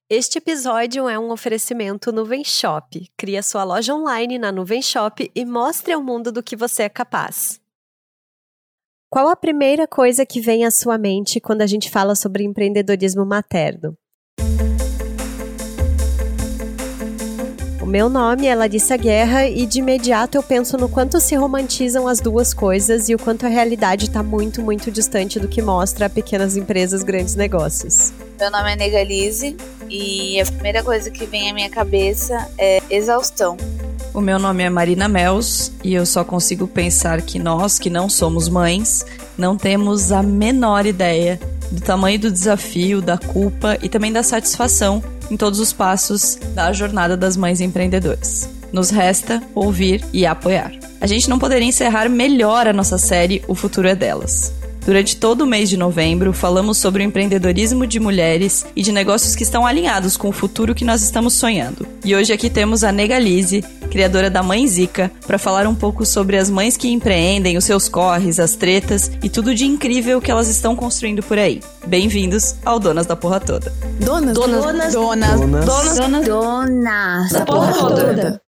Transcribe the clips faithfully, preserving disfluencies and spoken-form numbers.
Este episódio é um oferecimento Nuvem Shop. Cria sua loja online na Nuvem Shop e mostre ao mundo do que você é capaz. Qual a primeira coisa que vem à sua mente quando a gente fala sobre empreendedorismo materno? O meu nome é Larissa Guerra e de imediato eu penso no quanto se romantizam as duas coisas e o quanto a realidade está muito, muito distante do que mostra a pequenas empresas, grandes negócios. Meu nome é Negalise e a primeira coisa que vem à minha cabeça é exaustão. O meu nome é Marina Mels e eu só consigo pensar que nós, que não somos mães, não temos a menor ideia do tamanho do desafio, da culpa e também da satisfação em todos os passos da jornada das mães empreendedoras. Nos resta ouvir e apoiar. A gente não poderia encerrar melhor a nossa série O Futuro é Delas. Durante todo o mês de novembro, falamos sobre o empreendedorismo de mulheres e de negócios que estão alinhados com o futuro que nós estamos sonhando. E hoje aqui temos a Negalise, criadora da Mãe Zica, para falar um pouco sobre as mães que empreendem, os seus corres, as tretas e tudo de incrível que elas estão construindo por aí. Bem-vindos ao Donas da Porra Toda. Donas, Donas, donas, donas, donas, donas, donas, donas da porra toda.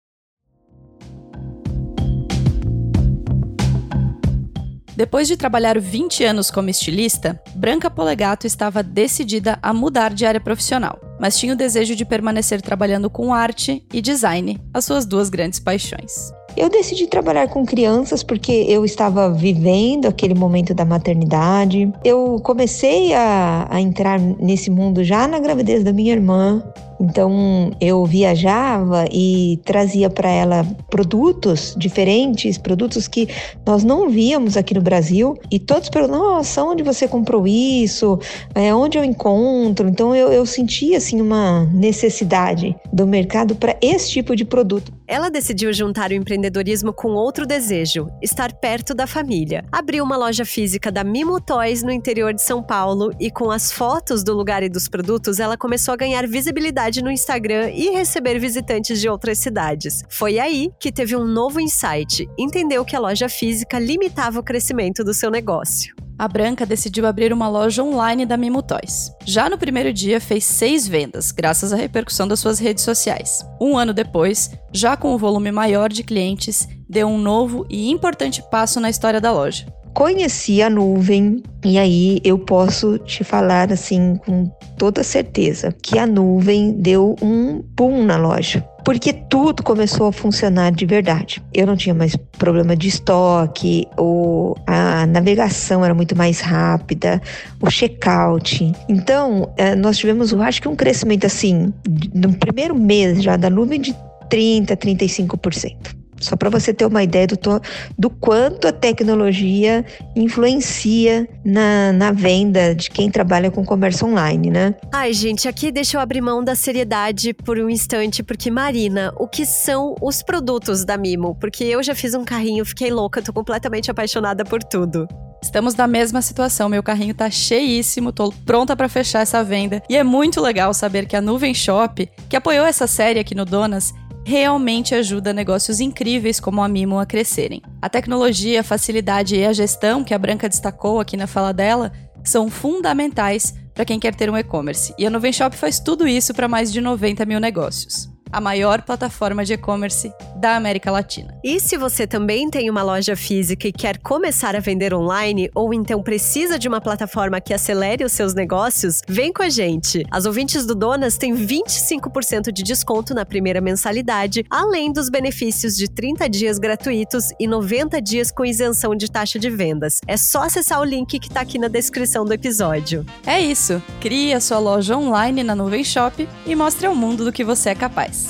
Depois de trabalhar vinte anos como estilista, Branca Polegato estava decidida a mudar de área profissional, mas tinha o desejo de permanecer trabalhando com arte e design, as suas duas grandes paixões. Eu decidi trabalhar com crianças porque eu estava vivendo aquele momento da maternidade. Eu comecei a, a entrar nesse mundo já na gravidez da minha irmã. Então eu viajava e trazia para ela produtos diferentes, produtos que nós não víamos aqui no Brasil. E todos perguntavam, nossa, onde você comprou isso? É, onde eu encontro? Então eu, eu sentia assim, uma necessidade do mercado para esse tipo de produto. Ela decidiu juntar o empreendedorismo com outro desejo, estar perto da família. Abriu uma loja física da Mimo Toys no interior de São Paulo e com as fotos do lugar e dos produtos, ela começou a ganhar visibilidade no Instagram e receber visitantes de outras cidades. Foi aí que teve um novo insight, entendeu que a loja física limitava o crescimento do seu negócio. A Branca decidiu abrir uma loja online da Mimo Toys. Já no primeiro dia fez seis vendas, graças à repercussão das suas redes sociais. Um ano depois, já com um volume maior de clientes, deu um novo e importante passo na história da loja. Conheci a Nuvem e aí eu posso te falar assim com toda certeza que a Nuvem deu um boom na loja. Porque tudo começou a funcionar de verdade. Eu não tinha mais problema de estoque, o, a navegação era muito mais rápida, o checkout. Então, nós tivemos, eu acho que um crescimento assim, no primeiro mês já da Nuvem de trinta, trinta e cinco por cento. Só para você ter uma ideia do, do quanto a tecnologia influencia na, na venda de quem trabalha com comércio online, né? Ai, gente, aqui deixa eu abrir mão da seriedade por um instante, porque Marina, o que são os produtos da Mimo? Porque eu já fiz um carrinho, fiquei louca, tô completamente apaixonada por tudo. Estamos na mesma situação, meu carrinho tá cheíssimo, tô pronta pra fechar essa venda. E é muito legal saber que a Nuvem Shop, que apoiou essa série aqui no Donas, realmente ajuda negócios incríveis como a Mimo a crescerem. A tecnologia, a facilidade e a gestão que a Branca destacou aqui na fala dela são fundamentais para quem quer ter um e-commerce. E a Nuvem Shop faz tudo isso para mais de noventa mil negócios. A maior plataforma de e-commerce da América Latina. E se você também tem uma loja física e quer começar a vender online, ou então precisa de uma plataforma que acelere os seus negócios, vem com a gente! As ouvintes do Donas têm vinte e cinco por cento de desconto na primeira mensalidade, além dos benefícios de trinta dias gratuitos e noventa dias com isenção de taxa de vendas. É só acessar o link que está aqui na descrição do episódio. É isso! Crie a sua loja online na Nuvem Shop e mostre ao mundo do que você é capaz.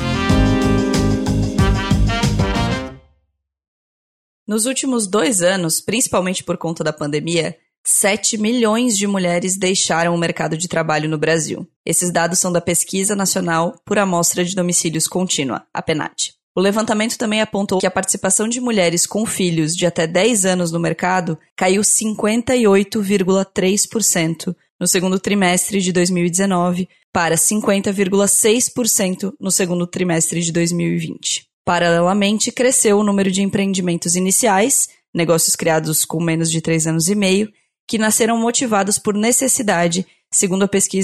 Nos últimos dois anos, principalmente por conta da pandemia, sete milhões de mulheres deixaram o mercado de trabalho no Brasil. Esses dados são da Pesquisa Nacional por Amostra de Domicílios Contínua, a PNAD. O levantamento também apontou que a participação de mulheres com filhos de até dez anos no mercado caiu cinquenta e oito vírgula três por cento no segundo trimestre de dois mil e dezenove para cinquenta vírgula seis por cento no segundo trimestre de dois mil e vinte. Paralelamente, cresceu o número de empreendimentos iniciais, negócios criados com menos de três anos e meio, que nasceram motivados por necessidade, segundo a pesquisa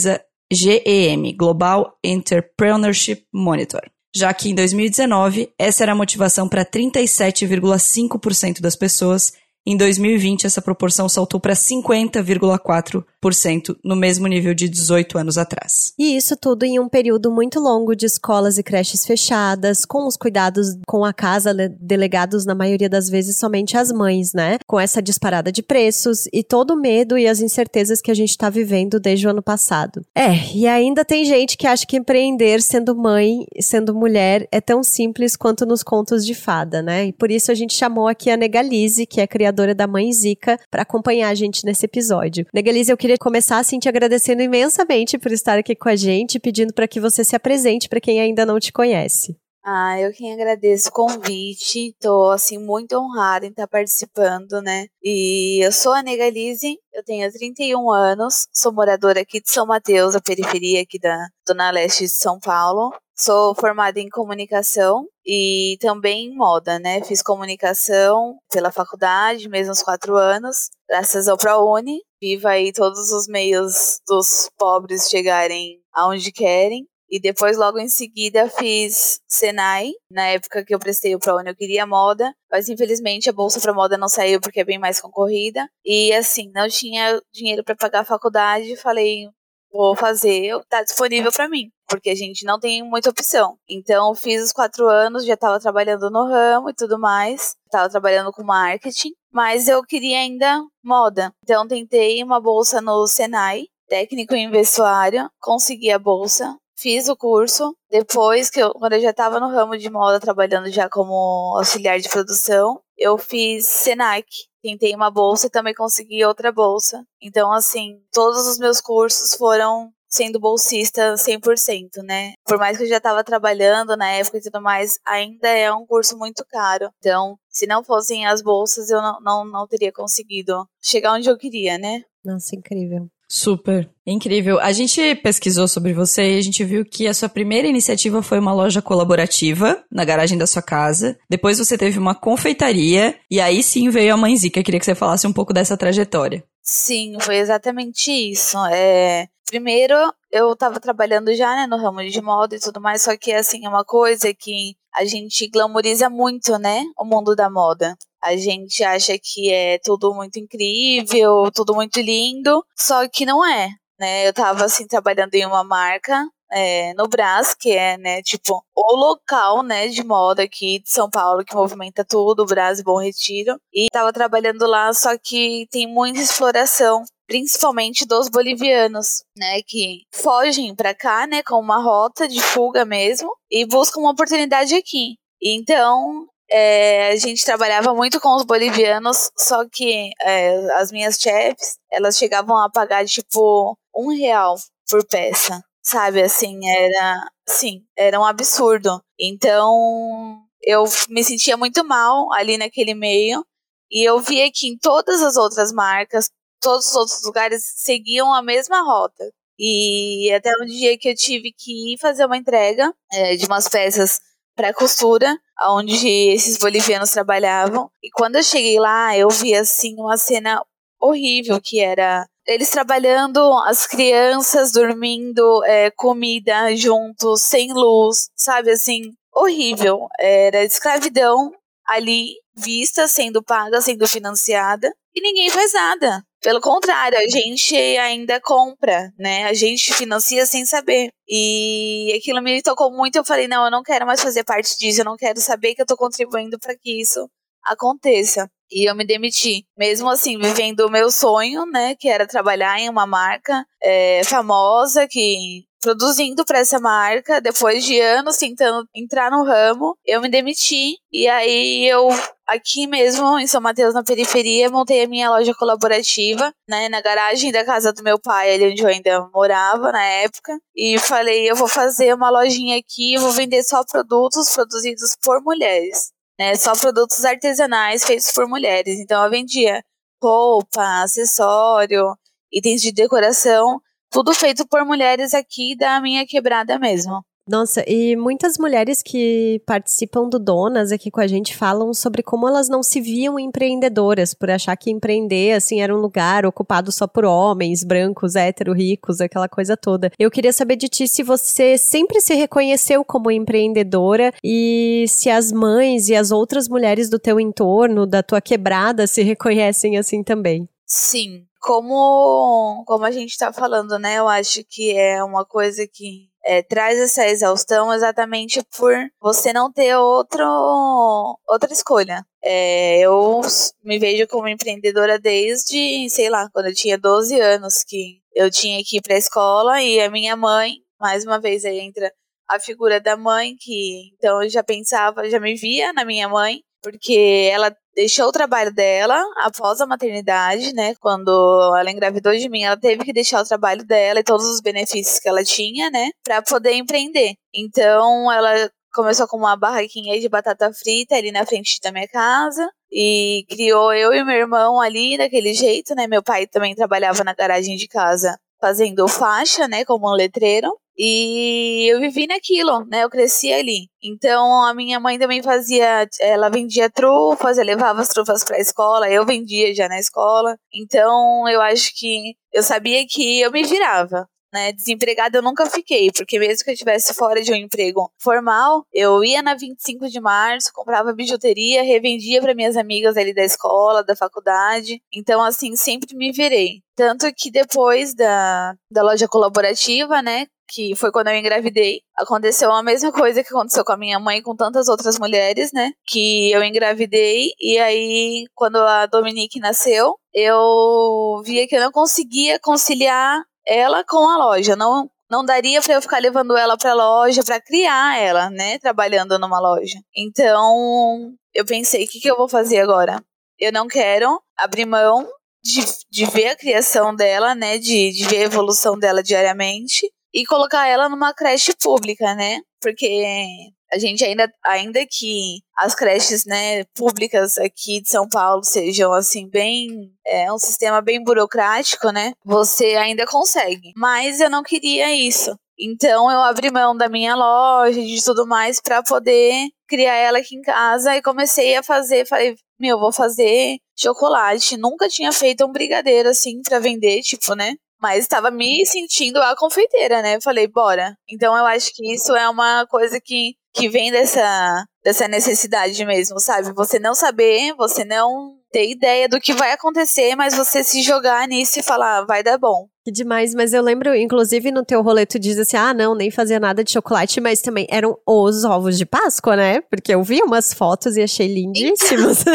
G E M, Global Entrepreneurship Monitor. Já que em dois mil e dezenove, essa era a motivação para trinta e sete vírgula cinco por cento das pessoas. Em dois mil e vinte, essa proporção saltou para cinquenta vírgula quatro por cento, no mesmo nível de dezoito anos atrás. E isso tudo em um período muito longo de escolas e creches fechadas, com os cuidados com a casa delegados, na maioria das vezes, somente às mães, né? Com essa disparada de preços e todo o medo e as incertezas que a gente está vivendo desde o ano passado. É, e ainda tem gente que acha que empreender sendo mãe, sendo mulher, é tão simples quanto nos contos de fada, né? E por isso a gente chamou aqui a Negalize, que é criadora da Mãe Zica, para acompanhar a gente nesse episódio. Negalize, eu queria começar assim te agradecendo imensamente por estar aqui com a gente, pedindo para que você se apresente para quem ainda não te conhece. Ah, eu quem agradeço o convite, tô assim muito honrada em estar participando, né? E eu sou a Negalize, eu tenho trinta e um anos, sou moradora aqui de São Mateus, a periferia aqui da Zona Leste de São Paulo. Sou formada em comunicação e também em moda, né? Fiz comunicação pela faculdade, mesmo aos quatro anos, graças ao ProUni. Vivo aí todos os meios dos pobres chegarem aonde querem. E depois, logo em seguida, fiz Senai. Na época que eu prestei o ProUni, eu queria moda, mas infelizmente a bolsa para moda não saiu porque é bem mais concorrida. E assim, não tinha dinheiro para pagar a faculdade, falei, vou fazer, tá disponível para mim, porque a gente não tem muita opção. Então, fiz os quatro anos, já estava trabalhando no ramo e tudo mais, estava trabalhando com marketing, mas eu queria ainda moda. Então, tentei uma bolsa no Senai, técnico em vestuário, consegui a bolsa, fiz o curso. Depois, que eu, quando eu já estava no ramo de moda, trabalhando já como auxiliar de produção, eu fiz Senac. Tentei uma bolsa e também consegui outra bolsa. Então, assim, todos os meus cursos foram sendo bolsista cem por cento, né? Por mais que eu já estava trabalhando na época e tudo mais, ainda é um curso muito caro. Então, se não fossem as bolsas, eu não, não, não teria conseguido chegar onde eu queria, né? Nossa, incrível. Super, incrível. A gente pesquisou sobre você e a gente viu que a sua primeira iniciativa foi uma loja colaborativa na garagem da sua casa. Depois você teve uma confeitaria e aí sim veio a Mãe Zica. Queria que você falasse um pouco dessa trajetória. Sim, foi exatamente isso. É... Primeiro, eu estava trabalhando já, né, no ramo de moda e tudo mais, só que, assim, é uma coisa que a gente glamoriza muito, né, o mundo da moda. A gente acha que é tudo muito incrível, tudo muito lindo, só que não é, né? Eu tava, assim, trabalhando em uma marca, é, no Brás, que é, né, tipo, o local, né, de moda aqui de São Paulo, que movimenta tudo, Brás e Bom Retiro. E tava trabalhando lá, só que tem muita exploração, principalmente dos bolivianos, né, que fogem pra cá, né, com uma rota de fuga mesmo, e buscam uma oportunidade aqui. Então, é, a gente trabalhava muito com os bolivianos, só que é, as minhas chefs, elas chegavam a pagar, tipo, um real por peça, sabe, assim, era, sim, era um absurdo. Então, eu me sentia muito mal ali naquele meio, e eu via que em todas as outras marcas, todos os outros lugares seguiam a mesma rota. E até um dia que eu tive que ir fazer uma entrega é, de umas peças para costura, onde esses bolivianos trabalhavam. E quando eu cheguei lá, eu vi, assim, uma cena horrível, que era eles trabalhando, as crianças dormindo, é, comida juntos, sem luz, sabe, assim, horrível. Era escravidão ali, vista, sendo paga, sendo financiada, e ninguém faz nada. Pelo contrário, a gente ainda compra, né? A gente financia sem saber. E aquilo me tocou muito. Eu falei, não, eu não quero mais fazer parte disso. Eu não quero saber que eu tô contribuindo para que isso aconteça. E eu me demiti. Mesmo assim, vivendo o meu sonho, né? Que era trabalhar em uma marca é, famosa, que... produzindo para essa marca, depois de anos tentando entrar no ramo, eu me demiti. E aí eu, aqui mesmo, em São Mateus, na periferia, montei a minha loja colaborativa, né, na garagem da casa do meu pai, ali onde eu ainda morava na época. E falei, eu vou fazer uma lojinha aqui, vou vender só produtos produzidos por mulheres, né, só produtos artesanais feitos por mulheres. Então eu vendia roupa, acessório, itens de decoração, tudo feito por mulheres aqui da minha quebrada mesmo. Nossa, e muitas mulheres que participam do Donas aqui com a gente falam sobre como elas não se viam empreendedoras, por achar que empreender, assim, era um lugar ocupado só por homens, brancos, hétero, ricos, aquela coisa toda. Eu queria saber de ti se você sempre se reconheceu como empreendedora e se as mães e as outras mulheres do teu entorno, da tua quebrada, se reconhecem assim também. Sim, como, como a gente tá falando, né, eu acho que é uma coisa que É, traz essa exaustão exatamente por você não ter outro, outra escolha. É, eu me vejo como empreendedora desde, sei lá, quando eu tinha doze anos, que eu tinha que ir pra escola e a minha mãe, mais uma vez aí entra a figura da mãe, que então eu já pensava, já me via na minha mãe, porque ela deixou o trabalho dela após a maternidade, né? Quando ela engravidou de mim, ela teve que deixar o trabalho dela e todos os benefícios que ela tinha, né? Pra poder empreender. Então, ela começou com uma barraquinha de batata frita ali na frente da minha casa. E criou eu e meu irmão ali daquele jeito, né? Meu pai também trabalhava na garagem de casa fazendo faixa, né? Como um letreiro. E eu vivi naquilo, né? Eu cresci ali. Então, a minha mãe também fazia... Ela vendia trufas, eu levava as trufas pra escola. Eu vendia já na escola. Então, eu acho que... Eu sabia que eu me virava, né? Desempregada eu nunca fiquei. Porque mesmo que eu estivesse fora de um emprego formal, eu ia na vinte e cinco de março, comprava bijuteria, revendia para minhas amigas ali da escola, da faculdade. Então, assim, sempre me virei. Tanto que depois da, da loja colaborativa, né? Que foi quando eu engravidei. Aconteceu a mesma coisa que aconteceu com a minha mãe e com tantas outras mulheres, né? Que eu engravidei e aí, quando a Dominique nasceu, eu via que eu não conseguia conciliar ela com a loja. Não, não daria pra eu ficar levando ela pra loja, pra criar ela, né? Trabalhando numa loja. Então, eu pensei, o que, que eu vou fazer agora? Eu não quero abrir mão de, de ver a criação dela, né? De, de ver a evolução dela diariamente. E colocar ela numa creche pública, né? Porque a gente ainda, ainda que as creches, né, públicas aqui de São Paulo sejam, assim, bem... É um sistema bem burocrático, né? Você ainda consegue. Mas eu não queria isso. Então eu abri mão da minha loja e de tudo mais pra poder criar ela aqui em casa. E comecei a fazer, falei, meu, vou fazer chocolate. Nunca tinha feito um brigadeiro, assim, pra vender, tipo, né? Mas estava me sentindo a confeiteira, né? Falei, bora. Então eu acho que isso é uma coisa que, que vem dessa, dessa necessidade mesmo, sabe? Você não saber, você não ter ideia do que vai acontecer, mas você se jogar nisso e falar, vai dar bom. Que demais, mas eu lembro, inclusive no teu rolê tu diz assim, ah não, nem fazia nada de chocolate, mas também eram os ovos de Páscoa, né? Porque eu vi umas fotos e achei lindíssimos.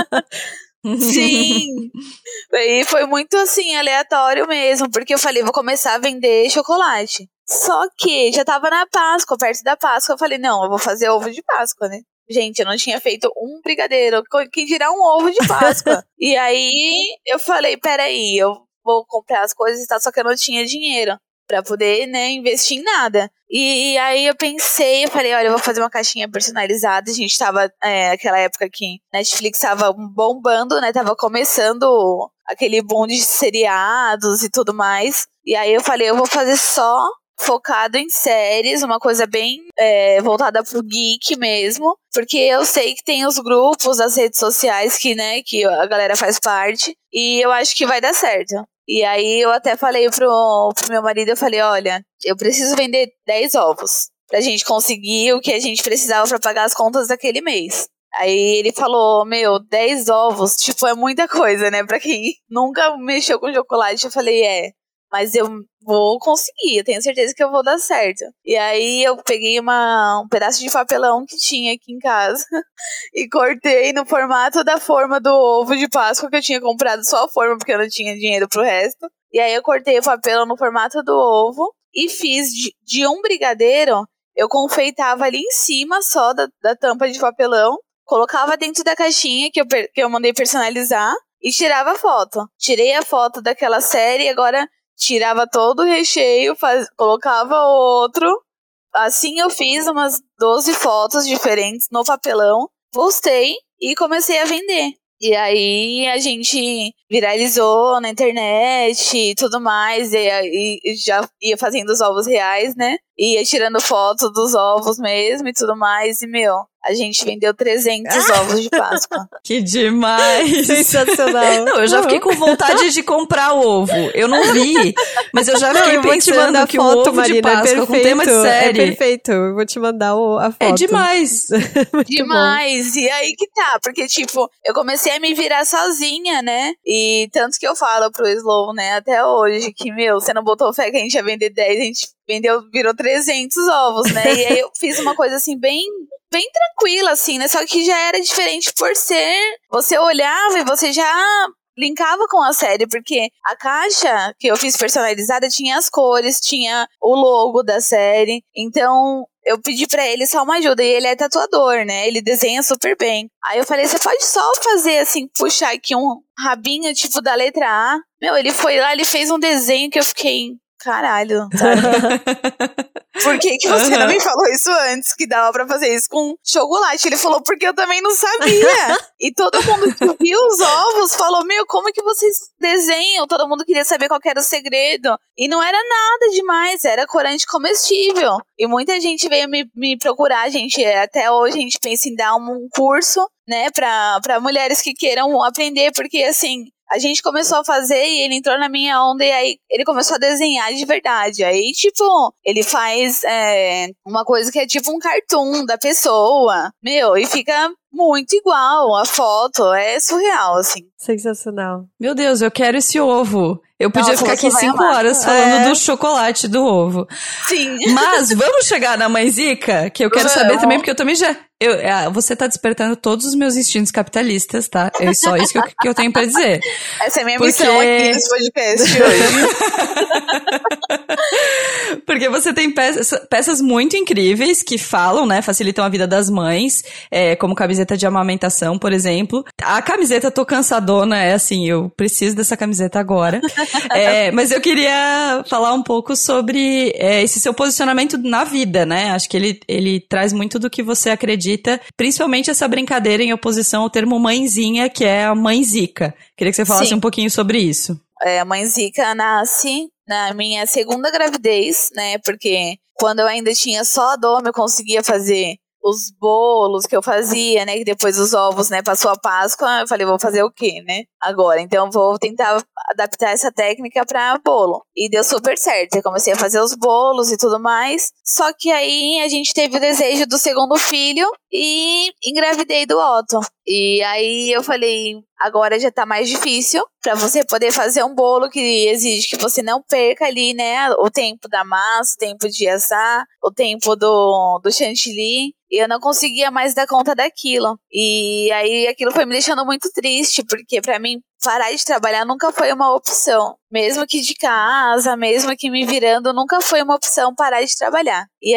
Sim, e foi muito assim, aleatório mesmo, porque eu falei, vou começar a vender chocolate. Só que já tava na Páscoa, perto da Páscoa, eu falei, não, eu vou fazer ovo de Páscoa, né? Gente, eu não tinha feito um brigadeiro, quem dirá um ovo de Páscoa? E aí eu falei, peraí, eu vou comprar as coisas e tal, só que eu não tinha dinheiro pra poder, né, investir em nada. E, e aí eu pensei, eu falei, olha, eu vou fazer uma caixinha personalizada. A gente tava, é, naquela época que Netflix tava bombando, né, tava começando aquele boom de seriados e tudo mais. E aí eu falei, eu vou fazer só focado em séries, uma coisa bem é, voltada pro geek mesmo, porque eu sei que tem os grupos, as redes sociais que, né, que a galera faz parte, e eu acho que vai dar certo. E aí eu até falei pro, pro meu marido, eu falei, olha, eu preciso vender dez ovos pra gente conseguir o que a gente precisava pra pagar as contas daquele mês. Aí ele falou, meu, dez ovos, tipo, é muita coisa, né, pra quem nunca mexeu com chocolate. Eu falei, é, mas eu vou conseguir, eu tenho certeza que eu vou dar certo. E aí eu peguei uma, um pedaço de papelão que tinha aqui em casa e cortei no formato da forma do ovo de Páscoa, que eu tinha comprado só a forma, porque eu não tinha dinheiro pro resto. E aí eu cortei o papelão no formato do ovo e fiz de, de um brigadeiro, eu confeitava ali em cima só da, da tampa de papelão, colocava dentro da caixinha que eu, que eu mandei personalizar e tirava a foto. Tirei a foto daquela série e agora tirava todo o recheio, faz, colocava outro. Assim eu fiz umas doze fotos diferentes no papelão, postei e comecei a vender. E aí a gente viralizou na internet e tudo mais, e, e já ia fazendo os ovos reais, né? Ia tirando foto dos ovos mesmo e tudo mais, e meu, a gente vendeu trezentos ovos de Páscoa. Que demais! Sensacional. Não, eu já fiquei com vontade de comprar o ovo. Eu não vi, mas eu já fiquei não, eu vou te mandar pensando que foto, o ovo Marina, de Páscoa é perfeito, com tema de série... É perfeito, eu vou te mandar o, a foto. É demais. Demais. Bom. E aí que tá, porque tipo, eu comecei a me virar sozinha, né? E tanto que eu falo pro Slow, né, até hoje, que, meu, você não botou fé que a gente ia vender dez, a gente vendeu, virou trezentos ovos, né? E aí eu fiz uma coisa assim, bem... bem tranquila, assim, né? Só que já era diferente por ser... Você olhava e você já linkava com a série, porque a caixa que eu fiz personalizada tinha as cores, tinha o logo da série. Então, eu pedi pra ele só uma ajuda. E ele é tatuador, né? Ele desenha super bem. Aí eu falei, você pode só fazer, assim, puxar aqui um rabinho, tipo, da letra A? Meu, ele foi lá, ele fez um desenho que eu fiquei... Caralho, sabe? Por que que você uhum. não me falou isso antes? Que dava pra fazer isso com chocolate. Ele falou, porque eu também não sabia. E todo mundo que viu os ovos falou, meu, como que vocês desenham? Todo mundo queria saber qual que era o segredo. E não era nada demais, era corante comestível. E muita gente veio me, me procurar, gente. Até hoje a gente pensa em dar um curso, né, pra, pra mulheres que queiram aprender, porque assim... A gente começou a fazer e ele entrou na minha onda e aí ele começou a desenhar de verdade. Aí, tipo, ele faz é, uma coisa que é tipo um cartoon da pessoa. Meu, e fica muito igual a foto. É surreal, assim. Sensacional. Meu Deus, eu quero esse ovo. Eu podia Nossa, ficar aqui cinco amar. horas falando é. do chocolate do ovo. Sim. Mas vamos chegar na mãezica, que eu quero vamos. saber também, porque eu também já... Eu, você tá despertando todos os meus instintos capitalistas, tá? É só isso que eu, que eu tenho pra dizer. Essa é a minha porque... missão aqui nesse podcast hoje. Porque você tem peças, peças muito incríveis que falam, né? Facilitam a vida das mães, é, como camiseta de amamentação, por exemplo. A camiseta Tô Cansadona é assim, eu preciso dessa camiseta agora. É, mas eu queria falar um pouco sobre é, esse seu posicionamento na vida, né? Acho que ele, ele traz muito do que você acredita, principalmente essa brincadeira em oposição ao termo mãezinha, que é a mãe zica. Queria que você falasse Sim. um pouquinho sobre isso. É, a mãe zica nasce na minha segunda gravidez, né? Porque quando eu ainda tinha só a Doma, eu conseguia fazer os bolos que eu fazia, né? Que depois os ovos, né? Passou a Páscoa, eu falei, vou fazer o quê, né? Agora, então vou tentar adaptar essa técnica pra bolo. E deu super certo. Eu comecei a fazer os bolos e tudo mais. Só que aí a gente teve o desejo do segundo filho e engravidei do Otto. E aí eu falei, agora já tá mais difícil pra você poder fazer um bolo que exige que você não perca ali, né? O tempo da massa, o tempo de assar, o tempo do, do chantilly. E eu não conseguia mais dar conta daquilo. E aí aquilo foi me deixando muito triste, porque pra mim parar de trabalhar nunca foi uma opção. Mesmo que de casa, mesmo que me virando, nunca foi uma opção parar de trabalhar. E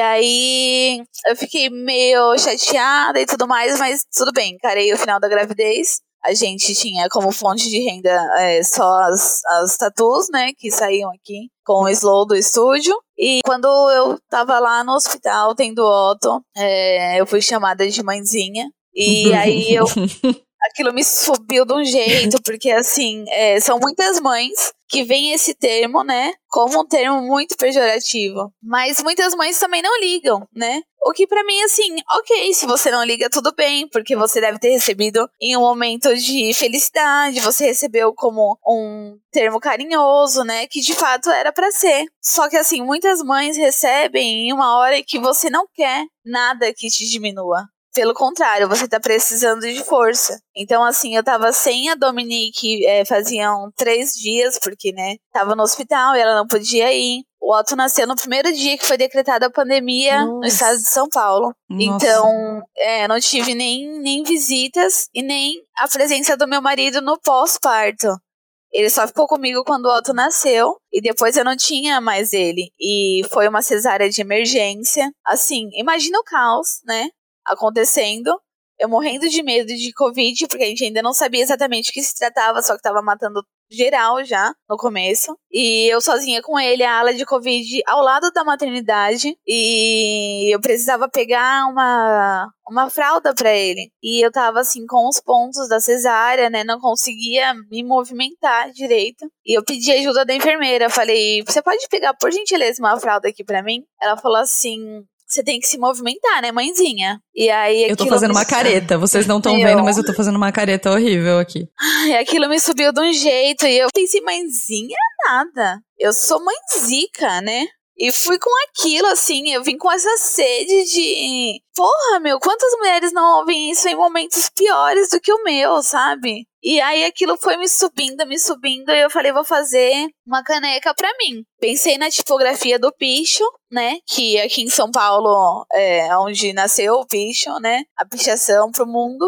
aí eu fiquei meio chateada e tudo mais, mas tudo bem, encarei o final da gravidez. A gente tinha como fonte de renda é, só as, as tatus, né, que saíam aqui com o Slow do estúdio. E quando eu tava lá no hospital tendo Otto, é, eu fui chamada de mãezinha. E aí eu... Aquilo me subiu de um jeito, porque assim, é, são muitas mães que veem esse termo, né, como um termo muito pejorativo. Mas muitas mães também não ligam, né? O que pra mim, assim, ok, se você não liga, tudo bem, porque você deve ter recebido em um momento de felicidade, você recebeu como um termo carinhoso, né, que de fato era pra ser. Só que, assim, muitas mães recebem em uma hora que você não quer nada que te diminua. Pelo contrário, você tá precisando de força. Então, assim, eu tava sem a Dominique é, faziam três dias, porque, né, tava no hospital e ela não podia ir. O Otto nasceu no primeiro dia que foi decretada a pandemia Nossa. no estado de São Paulo. Nossa. Então, é, não tive nem, nem visitas e nem a presença do meu marido no pós-parto. Ele só ficou comigo quando o Otto nasceu e depois eu não tinha mais ele. E foi uma cesárea de emergência. Assim, imagina o caos, né? Acontecendo, eu morrendo de medo de Covid, porque a gente ainda não sabia exatamente o que se tratava, só que tava matando geral já, no começo. E eu sozinha com ele, a ala de Covid ao lado da maternidade. E eu precisava pegar uma, uma fralda pra ele. E eu tava assim com os pontos da cesárea, né? Não conseguia me movimentar direito. E eu pedi ajuda da enfermeira. Falei, você pode pegar, por gentileza, uma fralda aqui pra mim? Ela falou assim... Você tem que se movimentar, né, mãezinha? E aí eu tô fazendo me... uma careta. Vocês não estão vendo, mas eu tô fazendo uma careta horrível aqui. Ai, aquilo me subiu de um jeito. E eu pensei, mãezinha, nada. Eu sou mãezica, né? E fui com aquilo, assim, eu vim com essa sede de... Porra, meu, quantas mulheres não ouvem isso em momentos piores do que o meu, sabe? E aí aquilo foi me subindo, me subindo, e eu falei, vou fazer uma caneca pra mim. Pensei na tipografia do Picho, né? Que aqui em São Paulo é onde nasceu o Picho, né? A pichação pro mundo.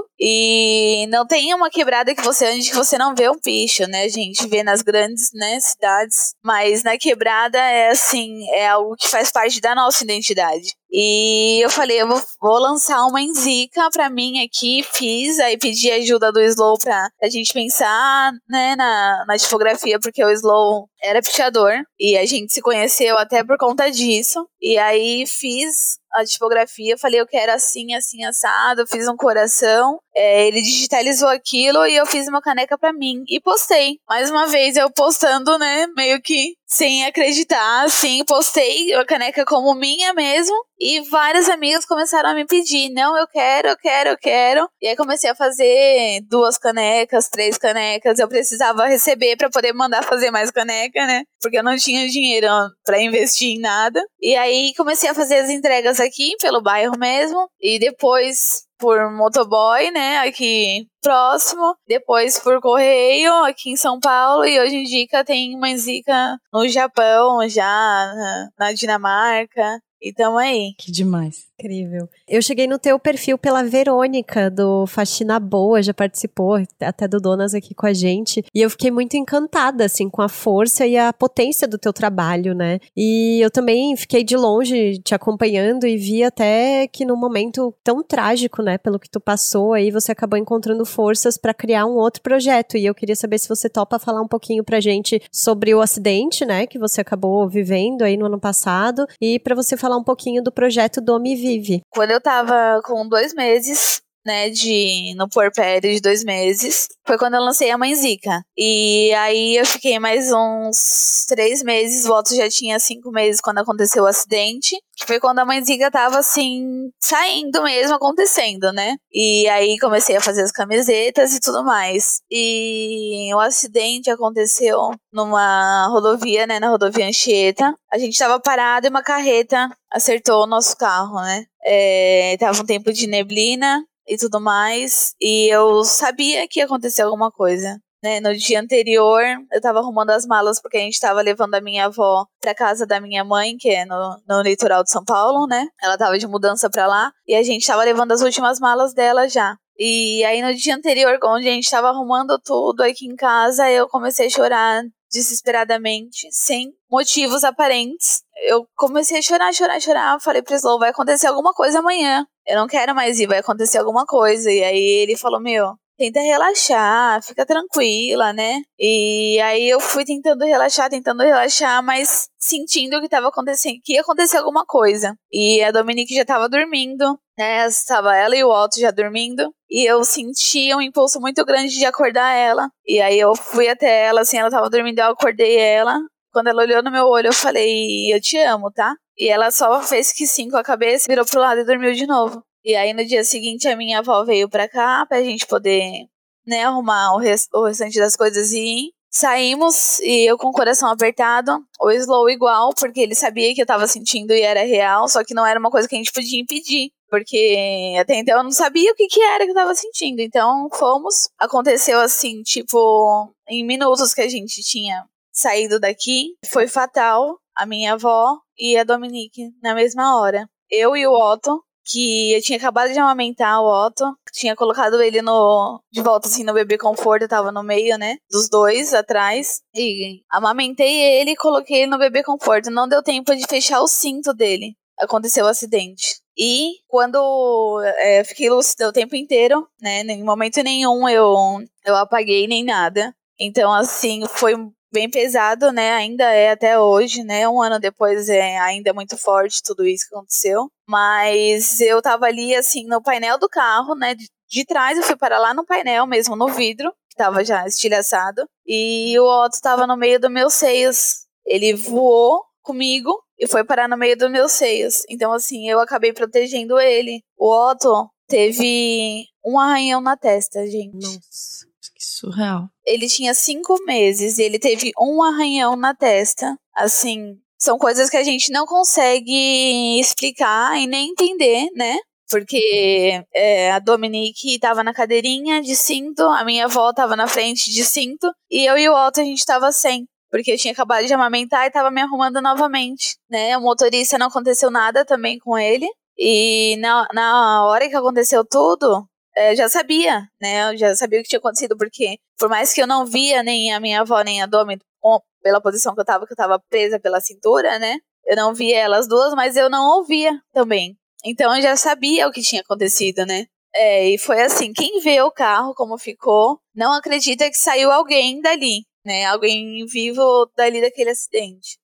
E não tem uma quebrada que você ande que você não vê um Picho, né? A gente vê nas grandes, né, cidades. Mas na quebrada é assim, é algo que faz parte da nossa identidade. E eu falei, eu vou, vou lançar uma enzica pra mim aqui, fiz, aí pedi ajuda do Slow pra a gente pensar, né, na, na tipografia, porque o Slow era pichador, e a gente se conheceu até por conta disso, e aí fiz a tipografia, falei, eu quero assim, assim, assado, fiz um coração, é, ele digitalizou aquilo e eu fiz uma caneca pra mim, e postei. Mais uma vez, eu postando, né, meio que sem acreditar, assim, postei a caneca como minha mesmo, e várias amigas começaram a me pedir, não, eu quero, eu quero, eu quero, e aí comecei a fazer duas canecas, três canecas, eu precisava receber pra poder mandar fazer mais caneca, né, porque eu não tinha dinheiro pra investir em nada, e aí comecei a fazer as entregas aqui, pelo bairro mesmo, e depois por motoboy, né, aqui próximo, depois por correio, aqui em São Paulo, e hoje em dia tem uma enzica no Japão já, na, na Dinamarca, e tamo aí. Que demais. Incrível. Eu cheguei no teu perfil pela Verônica, do Faxina Boa, já participou até do Donas aqui com a gente, e eu fiquei muito encantada, assim, com a força e a potência do teu trabalho, né? E eu também fiquei de longe te acompanhando e vi até que num momento tão trágico, né, pelo que tu passou, aí você acabou encontrando forças para criar um outro projeto, e eu queria saber se você topa falar um pouquinho pra gente sobre o acidente, né, que você acabou vivendo aí no ano passado, e para você falar um pouquinho do projeto Domi Vive. Quando eu tava com dois meses, né, de, no puerpério de dois meses, foi quando eu lancei a Mãezica. E aí eu fiquei mais uns três meses, o Otto já tinha cinco meses quando aconteceu o acidente, que foi quando a Mãezica tava, assim, saindo mesmo, acontecendo, né? E aí comecei a fazer as camisetas e tudo mais. E o acidente aconteceu numa rodovia, né, na rodovia Anchieta. A gente tava parado e uma carreta acertou o nosso carro, né? É, tava um tempo de neblina e tudo mais, e eu sabia que ia acontecer alguma coisa, né? No dia anterior, eu tava arrumando as malas, porque a gente tava levando a minha avó pra casa da minha mãe, que é no, no litoral de São Paulo, né? Ela tava de mudança pra lá, e a gente tava levando as últimas malas dela já. E aí no dia anterior, onde a gente tava arrumando tudo aqui em casa, eu comecei a chorar desesperadamente, sem motivos aparentes. Eu comecei a chorar, chorar, chorar. Falei pro Slow, vai acontecer alguma coisa amanhã. Eu não quero mais ir, vai acontecer alguma coisa. E aí ele falou, meu, tenta relaxar, fica tranquila, né? E aí eu fui tentando relaxar, tentando relaxar, mas sentindo que tava acontecendo, que ia acontecer alguma coisa. E a Dominique já tava dormindo, né? Estava ela e o Otto já dormindo. E eu senti um impulso muito grande de acordar ela. E aí eu fui até ela, assim, ela tava dormindo, eu acordei ela. Quando ela olhou no meu olho, eu falei, eu te amo, tá? E ela só fez que sim com a cabeça, virou pro lado e dormiu de novo. E aí no dia seguinte a minha avó veio pra cá pra gente poder, né, arrumar o, res- o restante das coisas e ir. Saímos e eu com o coração apertado, o Slow igual, porque ele sabia que eu tava sentindo e era real, só que não era uma coisa que a gente podia impedir. Porque até então eu não sabia o que, que era que eu tava sentindo. Então fomos. Aconteceu assim, tipo, em minutos que a gente tinha saído daqui. Foi fatal. A minha avó e a Dominique na mesma hora. Eu e o Otto, que eu tinha acabado de amamentar o Otto. Tinha colocado ele no de volta assim no bebê conforto. Eu tava no meio, né? Dos dois atrás. E amamentei ele e coloquei ele no bebê conforto. Não deu tempo de fechar o cinto dele. Aconteceu o acidente. E quando é, eu fiquei lúcida o tempo inteiro, né? Em momento nenhum eu, eu apaguei nem nada. Então, assim, foi bem pesado, né? Ainda é até hoje, né? Um ano depois é ainda muito forte tudo isso que aconteceu. Mas eu tava ali, assim, no painel do carro, né? De, de trás eu fui para lá no painel mesmo, no vidro, que tava já estilhaçado. E o Otto tava no meio dos meus seios. Ele voou comigo e foi parar no meio dos meus seios. Então, assim, eu acabei protegendo ele. O Otto teve um arranhão na testa, gente. Nossa, que surreal. Ele tinha cinco meses e ele teve um arranhão na testa. Assim, são coisas que a gente não consegue explicar e nem entender, né? Porque é, a Dominique tava na cadeirinha de cinto, a minha avó tava na frente de cinto, e eu e o Otto a gente tava sem. Porque eu tinha acabado de amamentar e tava me arrumando novamente, né? O motorista não aconteceu nada também com ele. E na, na hora que aconteceu tudo, eu já sabia, né? Eu já sabia o que tinha acontecido, porque por mais que eu não via nem a minha avó, nem a Domi, pela posição que eu tava, que eu tava presa pela cintura, né? Eu não via elas duas, mas eu não ouvia também. Então eu já sabia o que tinha acontecido, né? É, e foi assim, quem vê o carro como ficou, não acredita que saiu alguém dali, né? Alguém vivo dali daquele acidente.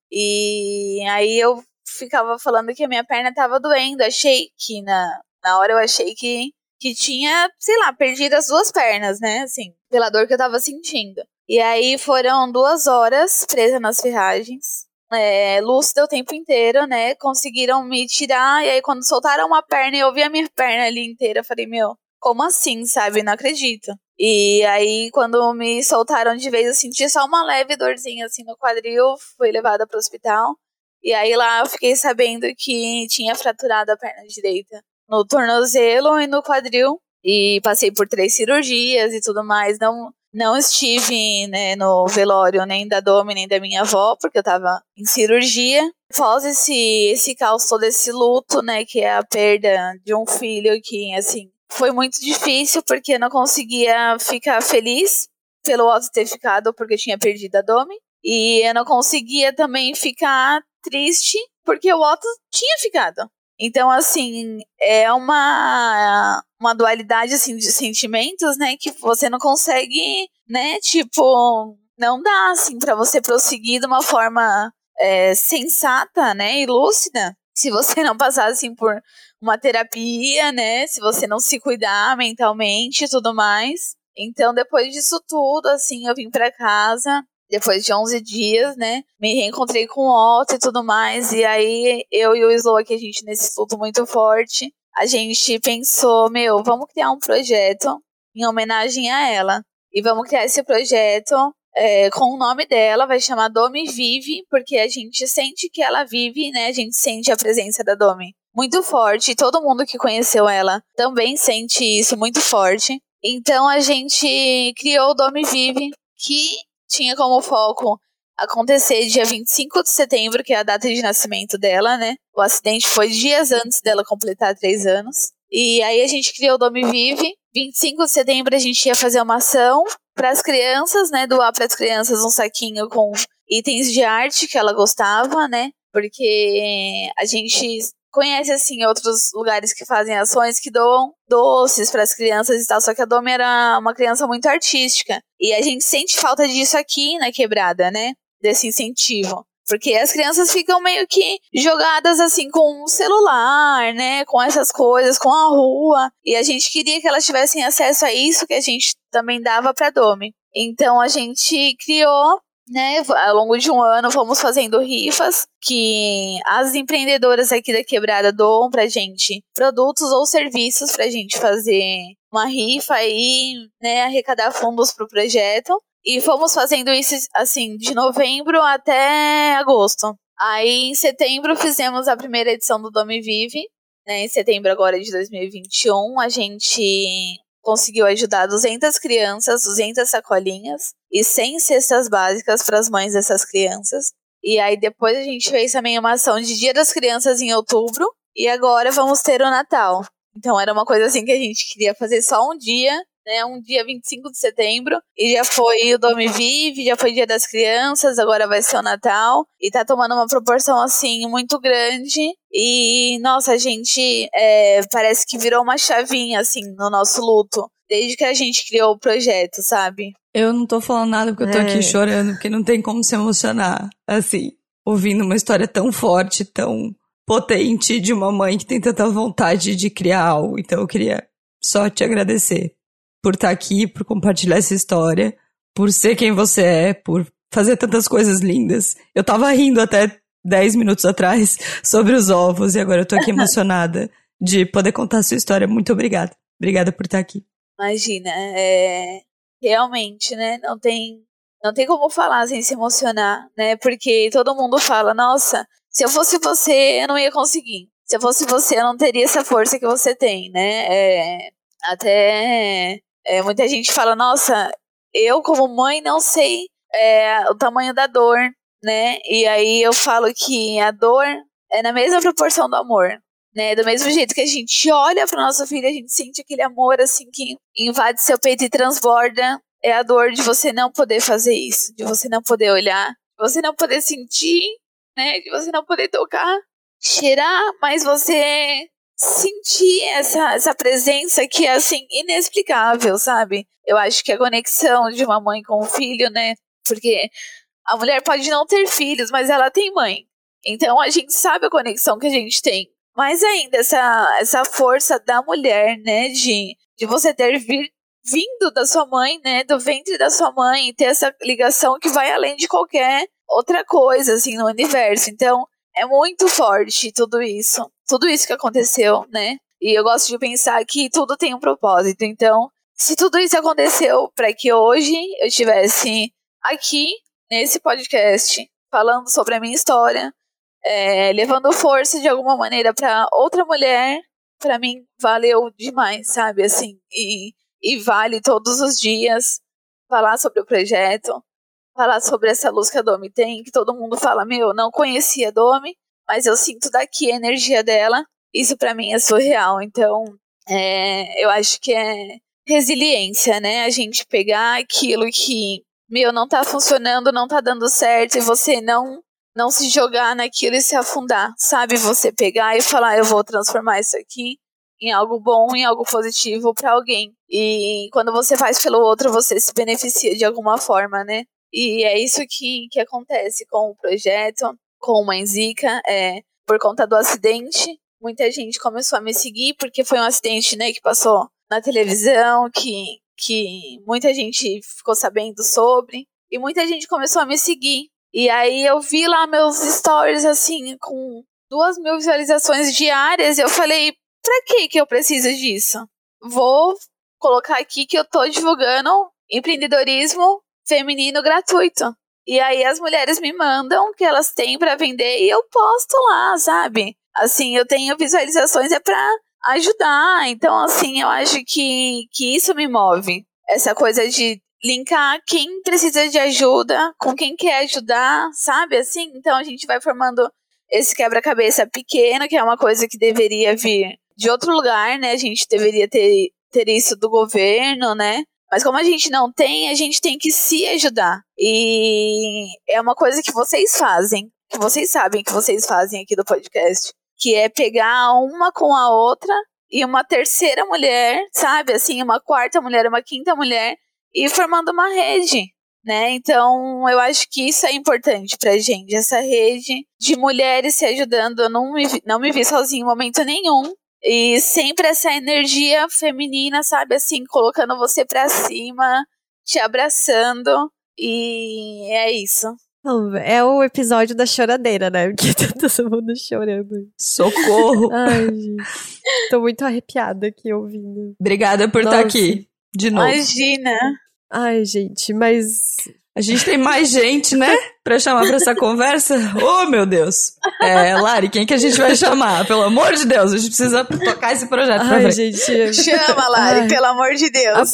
E aí eu ficava falando que a minha perna tava doendo, achei que na, na hora eu achei que, que tinha, sei lá, perdido as duas pernas, né? Assim, pela dor que eu tava sentindo. E aí foram duas horas presa nas ferragens. É, lúcida o tempo inteiro, né? Conseguiram me tirar. E aí, quando soltaram uma perna e eu vi a minha perna ali inteira, eu falei, meu, como assim, sabe? Não acredito. E aí, quando me soltaram de vez, eu senti só uma leve dorzinha assim no quadril. Fui levada pro hospital. E aí, lá eu fiquei sabendo que tinha fraturado a perna direita no tornozelo e no quadril. E passei por três cirurgias e tudo mais. Não. Não estive, né, no velório nem da Domi, nem da minha avó, porque eu tava em cirurgia. Após esse, esse caos todo, esse luto, né, que é a perda de um filho que, assim, foi muito difícil, porque eu não conseguia ficar feliz pelo Otto ter ficado, porque eu tinha perdido a Domi. E eu não conseguia também ficar triste, porque o Otto tinha ficado. Então, assim, é uma, uma dualidade, assim, de sentimentos, né, que você não consegue, né, tipo, não dá, assim, pra você prosseguir de uma forma é, sensata, né, e lúcida, se você não passar, assim, por uma terapia, né, se você não se cuidar mentalmente e tudo mais. Então, depois disso tudo, assim, eu vim pra casa. Depois de onze dias, né, me reencontrei com o Otto e tudo mais, e aí eu e o Slow aqui, a gente nesse estudo muito forte, a gente pensou, meu, vamos criar um projeto em homenagem a ela, e vamos criar esse projeto é, com o nome dela, vai chamar Domi Vive, porque a gente sente que ela vive, né, a gente sente a presença da Domi muito forte, e todo mundo que conheceu ela também sente isso muito forte, então a gente criou o Domi Vive, que tinha como foco acontecer dia vinte e cinco de setembro, que é a data de nascimento dela, né? O acidente foi dias antes dela completar três anos. E aí a gente criou o Domi Vive. vinte e cinco de setembro a gente ia fazer uma ação para as crianças, né? Doar para as crianças um saquinho com itens de arte que ela gostava, né? Porque a gente conhece, assim, outros lugares que fazem ações que doam doces para as crianças e tal, só que a Domi era uma criança muito artística. E a gente sente falta disso aqui na Quebrada, né? Desse incentivo. Porque as crianças ficam meio que jogadas, assim, com o celular, né? Com essas coisas, com a rua. E a gente queria que elas tivessem acesso a isso que a gente também dava pra Domi. Então a gente criou, né, ao longo de um ano fomos fazendo rifas que as empreendedoras aqui da Quebrada doam pra gente produtos ou serviços pra gente fazer uma rifa e, né, arrecadar fundos pro projeto. E fomos fazendo isso, assim, de novembro até agosto. Aí, em setembro, fizemos a primeira edição do Domi Vive, né, em setembro agora de dois mil e vinte e um, a gente conseguiu ajudar duzentas crianças, duzentas sacolinhas e cem cestas básicas para as mães dessas crianças. E aí depois a gente fez também uma ação de Dia das Crianças em outubro e agora vamos ter o Natal. Então era uma coisa assim que a gente queria fazer só um dia, né, um dia vinte e cinco de setembro, e já foi o Domi Vive, já foi Dia das Crianças, agora vai ser o Natal, e tá tomando uma proporção, assim, muito grande, e, nossa, a gente é, parece que virou uma chavinha, assim, no nosso luto, desde que a gente criou o projeto, sabe? Eu não tô falando nada porque eu tô é. aqui chorando, porque não tem como se emocionar, assim, ouvindo uma história tão forte, tão potente de uma mãe que tem tanta vontade de criar algo. Então eu queria só te agradecer por estar aqui, por compartilhar essa história, por ser quem você é, por fazer tantas coisas lindas. Eu tava rindo até dez minutos atrás sobre os ovos e agora eu tô aqui emocionada de poder contar a sua história. Muito obrigada. Obrigada por estar aqui. Imagina, é... realmente, né, não tem, não tem como falar sem se emocionar, né, porque todo mundo fala, nossa, se eu fosse você, eu não ia conseguir. Se eu fosse você, eu não teria essa força que você tem, né, é... até é, muita gente fala, nossa, eu como mãe não sei é, o tamanho da dor, né, e aí eu falo que a dor é na mesma proporção do amor. Né, do mesmo jeito que a gente olha para nossa filha, a gente sente aquele amor assim que invade seu peito e transborda. É a dor de você não poder fazer isso, de você não poder olhar, de você não poder sentir, né, de você não poder tocar, cheirar, mas você sentir essa, essa presença que é assim inexplicável, sabe? Eu acho que a conexão de uma mãe com o filho, né, porque a mulher pode não ter filhos, mas ela tem mãe. Então a gente sabe a conexão que a gente tem. Mas ainda, essa, essa força da mulher, né, de, de você ter vir, vindo da sua mãe, né, do ventre da sua mãe, e ter essa ligação que vai além de qualquer outra coisa, assim, no universo. Então, é muito forte tudo isso, tudo isso que aconteceu, né, e eu gosto de pensar que tudo tem um propósito. Então, se tudo isso aconteceu para que hoje eu estivesse aqui, nesse podcast, falando sobre a minha história, É, levando força de alguma maneira para outra mulher, para mim valeu demais, sabe, assim, e, e vale todos os dias falar sobre o projeto, falar sobre essa luz que a Domi tem, que todo mundo fala, meu, não conhecia a Domi, mas eu sinto daqui a energia dela, isso para mim é surreal. Então, é, eu acho que é resiliência, né, a gente pegar aquilo que, meu, não tá funcionando, não tá dando certo, e você não Não se jogar naquilo e se afundar, sabe? Você pegar e falar, eu vou transformar isso aqui em algo bom, em algo positivo para alguém. E quando você faz pelo outro, você se beneficia de alguma forma, né? E é isso que, que acontece com o projeto, com o Mãe Zica. É, por conta do acidente, muita gente começou a me seguir, porque foi um acidente, né, que passou na televisão, que, que muita gente ficou sabendo sobre. E muita gente começou a me seguir. E aí eu vi lá meus stories, assim, com duas mil visualizações diárias, e eu falei, pra que que eu preciso disso? Vou colocar aqui que eu tô divulgando empreendedorismo feminino gratuito. E aí as mulheres me mandam o que elas têm pra vender e eu posto lá, sabe? Assim, eu tenho visualizações é pra ajudar. Então, assim, eu acho que, que isso me move. Essa coisa de linkar quem precisa de ajuda com quem quer ajudar, sabe, assim? Então a gente vai formando esse quebra-cabeça pequeno, que é uma coisa que deveria vir de outro lugar, né? A gente deveria ter, ter isso do governo, né? Mas como a gente não tem, a gente tem que se ajudar. E é uma coisa que vocês fazem, que vocês sabem que vocês fazem aqui do podcast, que é pegar uma com a outra e uma terceira mulher, sabe? Assim, uma quarta mulher, uma quinta mulher, e formando uma rede, né? Então, eu acho que isso é importante pra gente, essa rede de mulheres se ajudando. Eu não me vi, não me vi sozinha em momento nenhum. E sempre essa energia feminina, sabe? Assim, colocando você pra cima, te abraçando. E é isso. É o episódio da choradeira, né? Porque tá todo mundo chorando. Socorro! Ai, gente. Tô muito arrepiada aqui ouvindo. Obrigada por estar aqui, de novo. Imagina! Ai, gente, mas... A gente tem mais gente, né? Pra chamar pra essa conversa? Oh, meu Deus! É, Lari, quem que a gente vai chamar? Pelo amor de Deus, a gente precisa tocar esse projeto pra Ai, frente. gente... Chama, Lari, Ai. Pelo amor de Deus!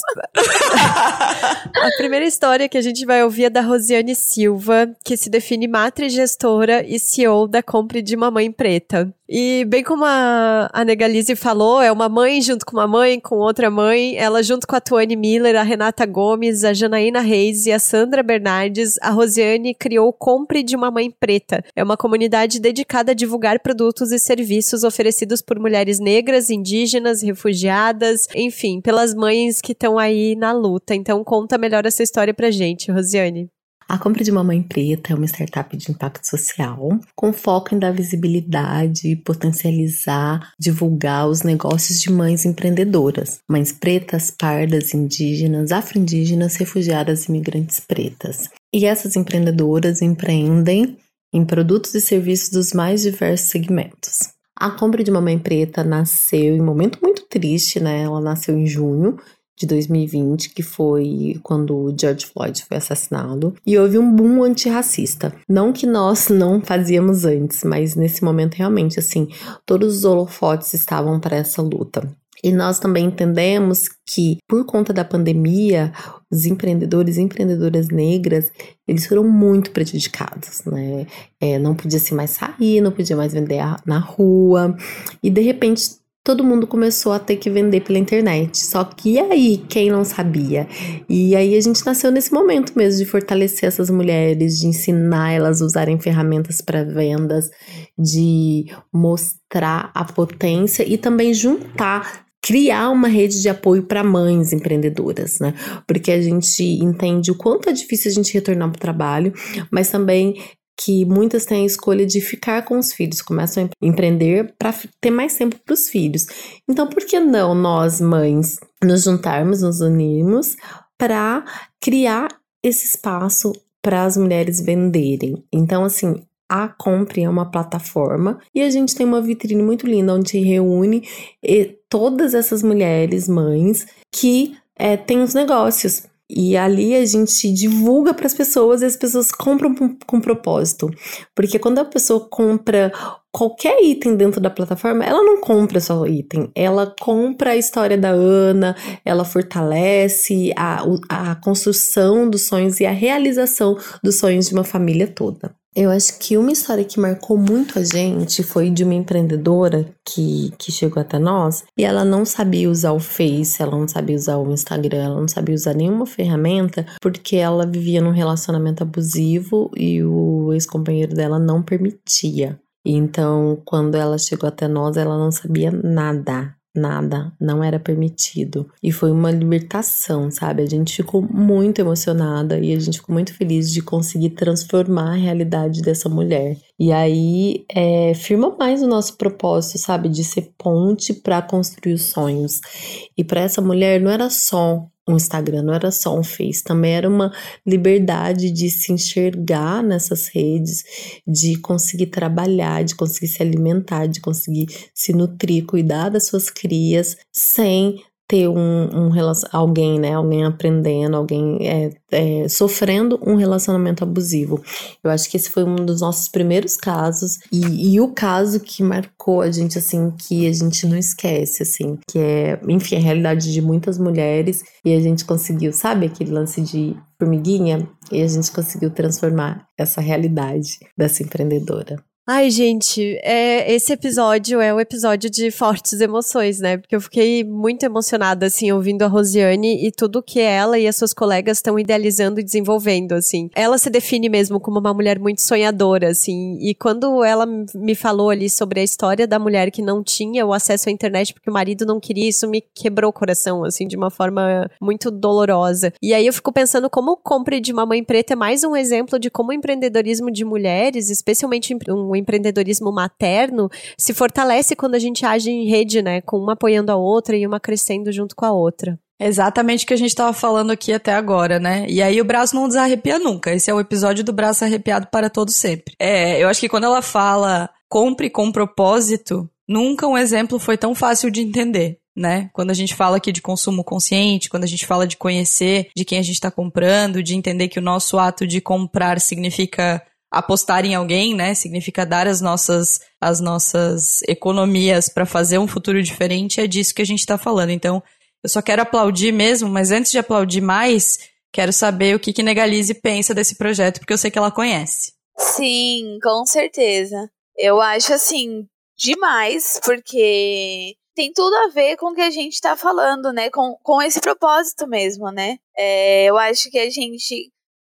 A... a primeira história que a gente vai ouvir é da Rosiane Silva, que se define matriz gestora e C E O da Compre de Mamãe Preta. E bem como a, a Negalize falou, é uma mãe junto com uma mãe, com outra mãe. Ela junto com a Tuane Miller, a Renata Gomes, a Janaína Reis e a Sandra Bernardes, a Rosiane criou criou Compre de uma Mãe Preta. É uma comunidade dedicada a divulgar produtos e serviços oferecidos por mulheres negras, indígenas, refugiadas, enfim, pelas mães que estão aí na luta. Então conta melhor essa história pra gente, Rosiane. A Compre de uma Mãe Preta é uma startup de impacto social com foco em dar visibilidade, potencializar, divulgar os negócios de mães empreendedoras. Mães pretas, pardas, indígenas, afro-indígenas, refugiadas e imigrantes pretas. E essas empreendedoras empreendem em produtos e serviços dos mais diversos segmentos. A Compre de uma Mãe Preta nasceu em um momento muito triste, né? Ela nasceu em junho de dois mil e vinte, que foi quando o George Floyd foi assassinado, e houve um boom antirracista. Não que nós não fazíamos antes, mas nesse momento realmente, assim, todos os holofotes estavam para essa luta. E nós também entendemos que, por conta da pandemia, os empreendedores e empreendedoras negras, eles foram muito prejudicados, né? É, não podia se mais sair, não podia mais vender na rua, e de repente todo mundo começou a ter que vender pela internet. Só que e aí, quem não sabia? E aí a gente nasceu nesse momento mesmo de fortalecer essas mulheres, de ensinar elas a usarem ferramentas para vendas, de mostrar a potência e também juntar, criar uma rede de apoio para mães empreendedoras, né? Porque a gente entende o quanto é difícil a gente retornar para o trabalho, mas também que muitas têm a escolha de ficar com os filhos, começam a empreender para ter mais tempo para os filhos. Então, por que não nós, mães, nos juntarmos, nos unirmos para criar esse espaço para as mulheres venderem? Então, assim, a Compre é uma plataforma e a gente tem uma vitrine muito linda onde reúne todas essas mulheres, mães, que é, têm os negócios. E ali a gente divulga para as pessoas e as pessoas compram com, com propósito. Porque quando a pessoa compra qualquer item dentro da plataforma, ela não compra só o item. Ela compra a história da Ana, ela fortalece a, a construção dos sonhos e a realização dos sonhos de uma família toda. Eu acho que uma história que marcou muito a gente foi de uma empreendedora que, que chegou até nós e ela não sabia usar o Face, ela não sabia usar o Instagram, ela não sabia usar nenhuma ferramenta porque ela vivia num relacionamento abusivo e o ex-companheiro dela não permitia. Então, quando ela chegou até nós, ela não sabia nada. Nada, não era permitido. E foi uma libertação, sabe? A gente ficou muito emocionada e a gente ficou muito feliz de conseguir transformar a realidade dessa mulher. E aí, é, firma mais o nosso propósito, sabe? De ser ponte para construir os sonhos. E para essa mulher não era só um Instagram, não era só um Face, também era uma liberdade de se enxergar nessas redes, de conseguir trabalhar, de conseguir se alimentar, de conseguir se nutrir, cuidar das suas crias, sem ter um, um alguém, né, alguém aprendendo, alguém é, é, sofrendo um relacionamento abusivo. Eu acho que esse foi um dos nossos primeiros casos e, e o caso que marcou a gente, assim, que a gente não esquece, assim, que é, enfim, a realidade de muitas mulheres e a gente conseguiu, sabe, aquele lance de formiguinha? E a gente conseguiu transformar essa realidade dessa empreendedora. Ai, gente, é, esse episódio é um episódio de fortes emoções, né? Porque eu fiquei muito emocionada, assim, ouvindo a Rosiane e tudo que ela e as suas colegas estão idealizando e desenvolvendo, assim. Ela se define mesmo como uma mulher muito sonhadora, assim, e quando ela me falou ali sobre a história da mulher que não tinha o acesso à internet porque o marido não queria, isso me quebrou o coração, assim, de uma forma muito dolorosa. E aí eu fico pensando como o Compre de uma Mãe Preta é mais um exemplo de como o empreendedorismo de mulheres, especialmente um empreendedorismo materno, se fortalece quando a gente age em rede, né? Com uma apoiando a outra e uma crescendo junto com a outra. Exatamente o que a gente estava falando aqui até agora, né? E aí o braço não desarrepia nunca. Esse é o episódio do braço arrepiado para todo sempre. É, eu acho que quando ela fala compre com propósito, nunca um exemplo foi tão fácil de entender, né? Quando a gente fala aqui de consumo consciente, quando a gente fala de conhecer de quem a gente está comprando, de entender que o nosso ato de comprar significa apostar em alguém, né? Significa dar as nossas, as nossas economias para fazer um futuro diferente, é disso que a gente está falando. Então, eu só quero aplaudir mesmo, mas antes de aplaudir mais, quero saber o que que Negalize pensa desse projeto, porque eu sei que ela conhece. Sim, com certeza. Eu acho, assim, demais, porque tem tudo a ver com o que a gente está falando, né? Com, com esse propósito mesmo, né? É, eu acho que a gente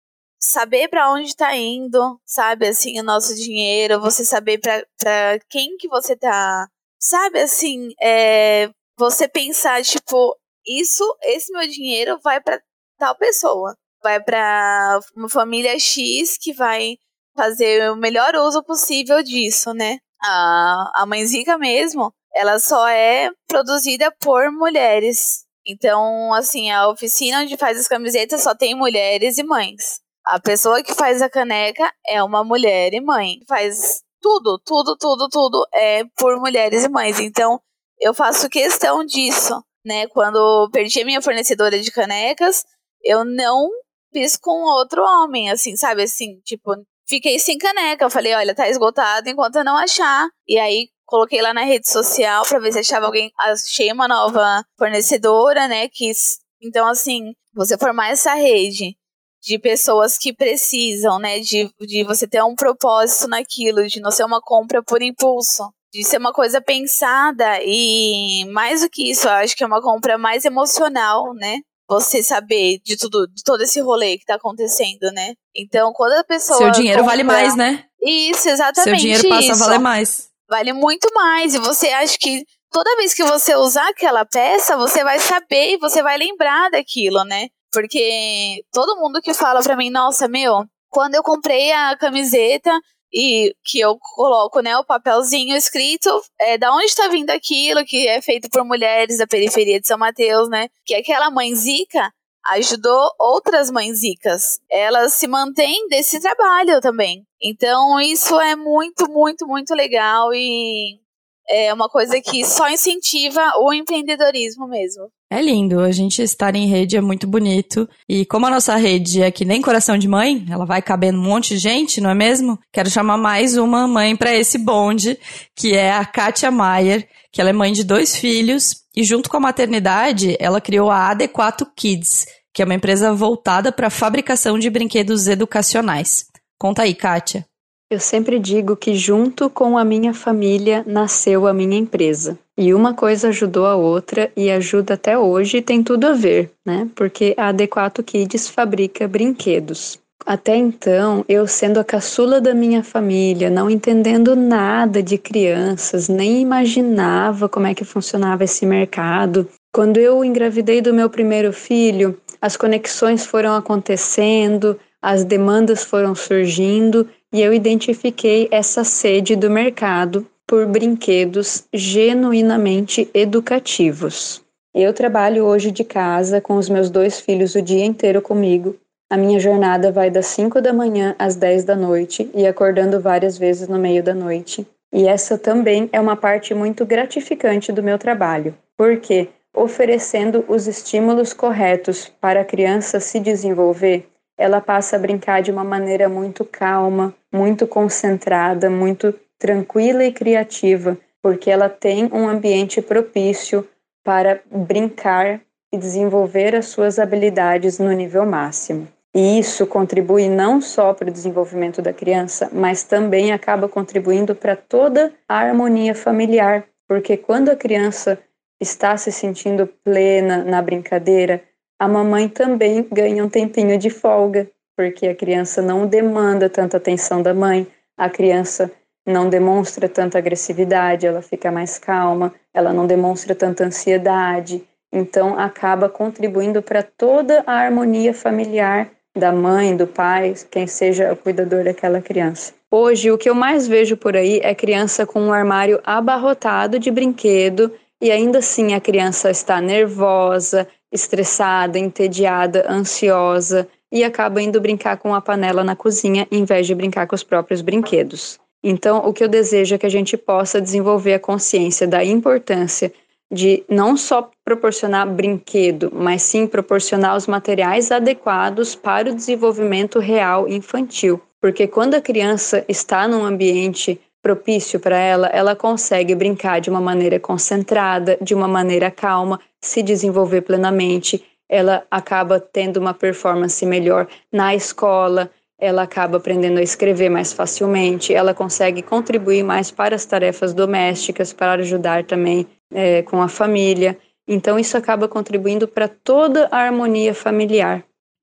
saber para onde tá indo, sabe, assim, o nosso dinheiro, você saber para para quem que você tá, sabe, assim, é, você pensar, tipo, isso, esse meu dinheiro vai para tal pessoa, vai para uma família X que vai fazer o melhor uso possível disso, né? A, a Mãezica mesmo, ela só é produzida por mulheres. Então, assim, a oficina onde faz as camisetas só tem mulheres e mães. A pessoa que faz a caneca é uma mulher e mãe. Faz tudo, tudo, tudo, tudo é por mulheres e mães. Então, eu faço questão disso, né? Quando eu perdi a minha fornecedora de canecas, eu não fiz com outro homem, assim, sabe? Assim, tipo, fiquei sem caneca. Eu falei, olha, tá esgotado enquanto eu não achar. E aí, coloquei lá na rede social pra ver se achava alguém. Achei uma nova fornecedora, né? Que, então, assim, você formar essa rede de pessoas que precisam, né? De, de você ter um propósito naquilo, de não ser uma compra por impulso, de ser uma coisa pensada e, mais do que isso, eu acho que é uma compra mais emocional, né? Você saber de tudo, de todo esse rolê que tá acontecendo, né? Então, quando a pessoa Seu dinheiro compra... vale mais, né? Isso, exatamente. Seu dinheiro passa isso. a valer mais. Vale muito mais. E você acha que toda vez que você usar aquela peça, você vai saber e você vai lembrar daquilo, né? Porque todo mundo que fala pra mim, nossa, meu, quando eu comprei a camiseta e que eu coloco, né, o papelzinho escrito, é, da onde tá vindo aquilo, que é feito por mulheres da periferia de São Mateus, né? Que aquela mãezica ajudou outras mãezicas. Elas se mantêm desse trabalho também. Então, isso é muito, muito, muito legal e é uma coisa que só incentiva o empreendedorismo mesmo. É lindo, a gente estar em rede é muito bonito. E como a nossa rede é que nem coração de mãe, ela vai cabendo um monte de gente, não é mesmo? Quero chamar mais uma mãe para esse bonde, que é a Kátia Maier, que ela é mãe de dois filhos e junto com a maternidade, ela criou a A D quatro Kids, que é uma empresa voltada para a fabricação de brinquedos educacionais. Conta aí, Kátia. Eu sempre digo que junto com a minha família nasceu a minha empresa. E uma coisa ajudou a outra e ajuda até hoje e tem tudo a ver, né? Porque a A D quatro Kids fabrica brinquedos. Até então, eu sendo a caçula da minha família, não entendendo nada de crianças, nem imaginava como é que funcionava esse mercado. Quando eu engravidei do meu primeiro filho, as conexões foram acontecendo, as demandas foram surgindo e eu identifiquei essa sede do mercado por brinquedos genuinamente educativos. Eu trabalho hoje de casa com os meus dois filhos o dia inteiro comigo. A minha jornada vai das cinco da manhã às dez da noite e acordando várias vezes no meio da noite. E essa também é uma parte muito gratificante do meu trabalho, porque oferecendo os estímulos corretos para a criança se desenvolver, ela passa a brincar de uma maneira muito calma, muito concentrada, muito tranquila e criativa, porque ela tem um ambiente propício para brincar e desenvolver as suas habilidades no nível máximo. E isso contribui não só para o desenvolvimento da criança, mas também acaba contribuindo para toda a harmonia familiar, porque quando a criança está se sentindo plena na brincadeira, a mamãe também ganha um tempinho de folga, porque a criança não demanda tanta atenção da mãe, a criança não demonstra tanta agressividade, ela fica mais calma, ela não demonstra tanta ansiedade, então acaba contribuindo para toda a harmonia familiar da mãe, do pai, quem seja o cuidador daquela criança. Hoje, o que eu mais vejo por aí é criança com um armário abarrotado de brinquedo e ainda assim a criança está nervosa, estressada, entediada, ansiosa e acaba indo brincar com a panela na cozinha em vez de brincar com os próprios brinquedos. Então, o que eu desejo é que a gente possa desenvolver a consciência da importância de não só proporcionar brinquedo, mas sim proporcionar os materiais adequados para o desenvolvimento real infantil. Porque quando a criança está num ambiente propício para ela, ela consegue brincar de uma maneira concentrada, de uma maneira calma, se desenvolver plenamente, ela acaba tendo uma performance melhor na escola, ela acaba aprendendo a escrever mais facilmente, ela consegue contribuir mais para as tarefas domésticas, para ajudar também é, com a família. Então isso acaba contribuindo para toda a harmonia familiar.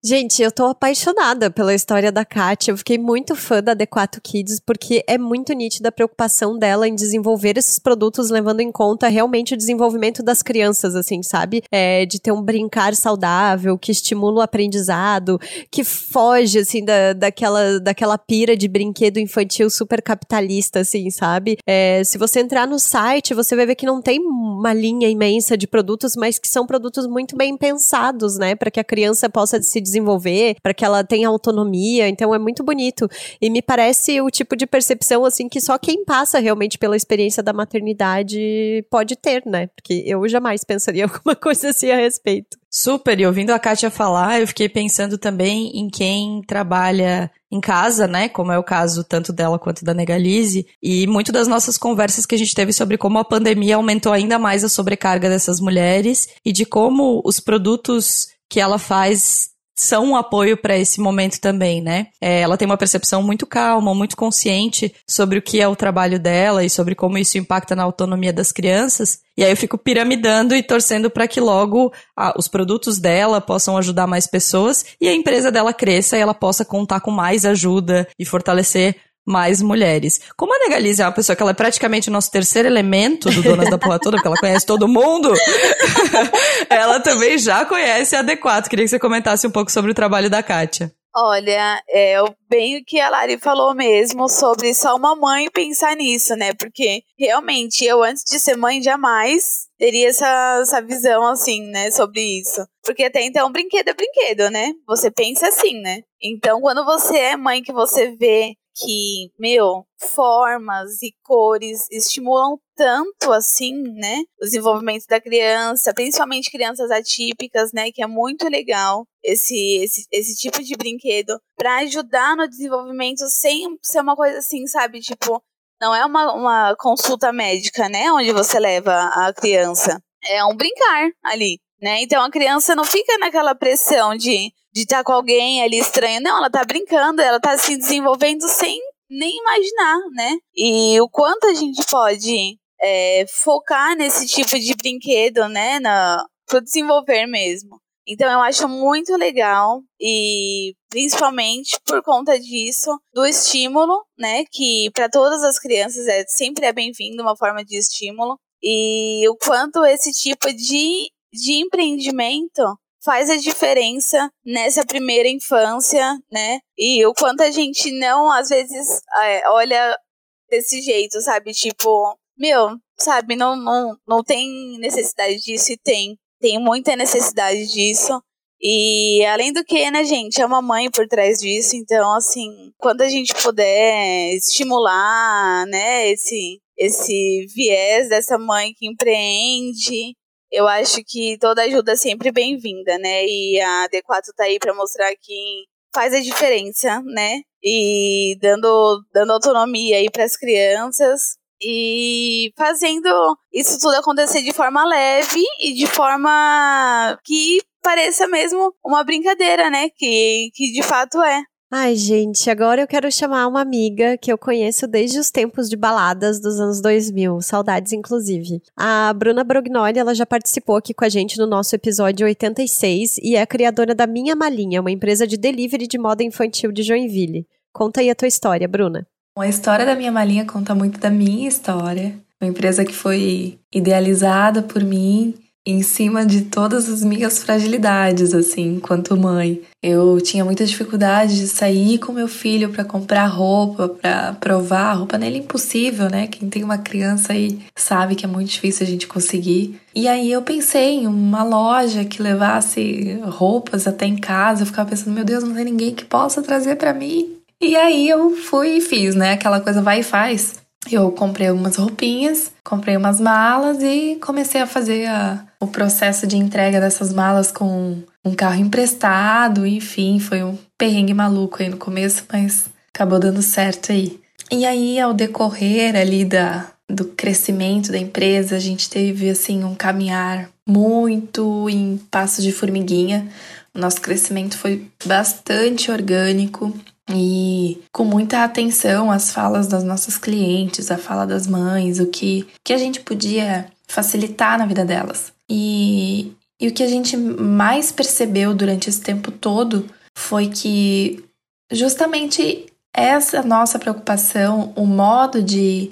Gente, eu tô apaixonada pela história da Kátia. Eu fiquei muito fã da D quatro Kids, porque é muito nítida a preocupação dela em desenvolver esses produtos, levando em conta realmente o desenvolvimento das crianças, assim, sabe? É, de ter um brincar saudável, que estimula o aprendizado, que foge, assim, da, daquela, daquela pira de brinquedo infantil super capitalista, assim, sabe? É, se você entrar no site, você vai ver que não tem uma linha imensa de produtos, mas que são produtos muito bem pensados, né? Para que a criança possa se desenvolver, para que ela tenha autonomia. Então é muito bonito. E me parece o tipo de percepção, assim, que só quem passa realmente pela experiência da maternidade pode ter, né? Porque eu jamais pensaria alguma coisa assim a respeito. Super, e ouvindo a Kátia falar, eu fiquei pensando também em quem trabalha em casa, né, como é o caso tanto dela quanto da Negalize, e muito das nossas conversas que a gente teve sobre como a pandemia aumentou ainda mais a sobrecarga dessas mulheres e de como os produtos que ela faz são um apoio para esse momento também, né? É, ela tem uma percepção muito calma, muito consciente sobre o que é o trabalho dela e sobre como isso impacta na autonomia das crianças. E aí eu fico piramidando e torcendo para que logo ah, os produtos dela possam ajudar mais pessoas e a empresa dela cresça e ela possa contar com mais ajuda e fortalecer mais mulheres. Como a Negalize é uma pessoa que ela é praticamente o nosso terceiro elemento do Donas da Porra Toda, porque ela conhece todo mundo, ela também já conhece a D quatro. Queria que você comentasse um pouco sobre o trabalho da Kátia. Olha, é bem o que a Lari falou mesmo sobre só uma mãe pensar nisso, né? Porque realmente eu, antes de ser mãe, jamais teria essa, essa visão assim, né? Sobre isso. Porque até então, brinquedo é brinquedo, né? Você pensa assim, né? Então, quando você é mãe, que você vê que, meu, formas e cores estimulam tanto, assim, né, o desenvolvimento da criança, principalmente crianças atípicas, né, que é muito legal esse, esse, esse tipo de brinquedo para ajudar no desenvolvimento sem ser uma coisa assim, sabe, tipo, não é uma, uma consulta médica, né, onde você leva a criança, é um brincar ali, né, então a criança não fica naquela pressão de de estar com alguém ali estranho. Não, ela tá brincando, ela tá se desenvolvendo sem nem imaginar, né? E o quanto a gente pode é, focar nesse tipo de brinquedo, né? Na, pro desenvolver mesmo. Então eu acho muito legal e principalmente por conta disso, do estímulo, né? Que para todas as crianças é, sempre é bem-vindo uma forma de estímulo. E o quanto esse tipo de, de empreendimento faz a diferença nessa primeira infância, né? E o quanto a gente não, às vezes, é, olha desse jeito, sabe? Tipo, meu, sabe? Não, não, não tem necessidade disso e tem. Tem muita necessidade disso. E, além do que, né, gente? É uma mãe por trás disso. Então, assim, quando a gente puder estimular, né, esse, esse viés dessa mãe que empreende, eu acho que toda ajuda é sempre bem-vinda, né? E a D quatro tá aí para mostrar que faz a diferença, né? E dando, dando autonomia aí para as crianças e fazendo isso tudo acontecer de forma leve e de forma que pareça mesmo uma brincadeira, né? Que, que de fato é. Ai, gente, agora eu quero chamar uma amiga que eu conheço desde os tempos de baladas dos anos dois mil, saudades inclusive. A Bruna Brognoli, ela já participou aqui com a gente no nosso episódio oitenta e seis e é a criadora da Minha Malinha, uma empresa de delivery de moda infantil de Joinville. Conta aí a tua história, Bruna. A história da Minha Malinha conta muito da minha história, uma empresa que foi idealizada por mim em cima de todas as minhas fragilidades, assim, enquanto mãe. Eu tinha muita dificuldade de sair com meu filho para comprar roupa, para provar. A roupa nele é impossível, né? Quem tem uma criança aí sabe que é muito difícil a gente conseguir. E aí eu pensei em uma loja que levasse roupas até em casa. Eu ficava pensando, meu Deus, não tem ninguém que possa trazer para mim. E aí eu fui e fiz, né? Aquela coisa vai e faz. Eu comprei algumas roupinhas, comprei umas malas e comecei a fazer a, o processo de entrega dessas malas com um carro emprestado, enfim, foi um perrengue maluco aí no começo, mas acabou dando certo aí. E aí, ao decorrer ali da, do crescimento da empresa, a gente teve, assim, um caminhar muito em passo de formiguinha. O nosso crescimento foi bastante orgânico e com muita atenção às falas das nossas clientes, a fala das mães, o que, que a gente podia facilitar na vida delas. E E o que a gente mais percebeu durante esse tempo todo foi que justamente essa nossa preocupação, o modo de,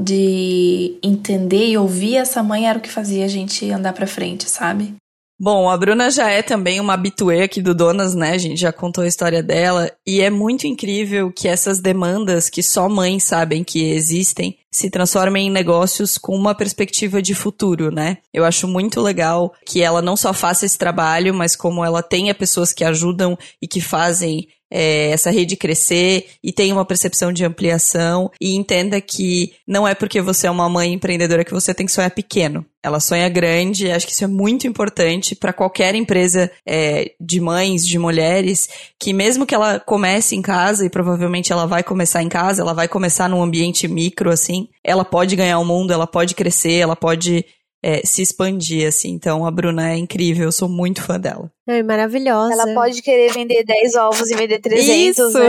de entender e ouvir essa mãe era o que fazia a gente andar pra frente, sabe? Bom, a Bruna já é também uma habituê aqui do Donas, né? A gente já contou a história dela. E é muito incrível que essas demandas que só mães sabem que existem se transformem em negócios com uma perspectiva de futuro, né? Eu acho muito legal que ela não só faça esse trabalho, mas como ela tenha pessoas que ajudam e que fazem é, essa rede crescer e tenha uma percepção de ampliação e entenda que não é porque você é uma mãe empreendedora que você tem que sonhar pequeno. Ela sonha grande, acho que isso é muito importante para qualquer empresa é, de mães, de mulheres, que mesmo que ela comece em casa, e provavelmente ela vai começar em casa, ela vai começar num ambiente micro, assim, ela pode ganhar o mundo, ela pode crescer, ela pode é, se expandir, assim. Então a Bruna é incrível, eu sou muito fã dela. É maravilhosa. Ela pode querer vender dez ovos e vender trezentos, Isso. né?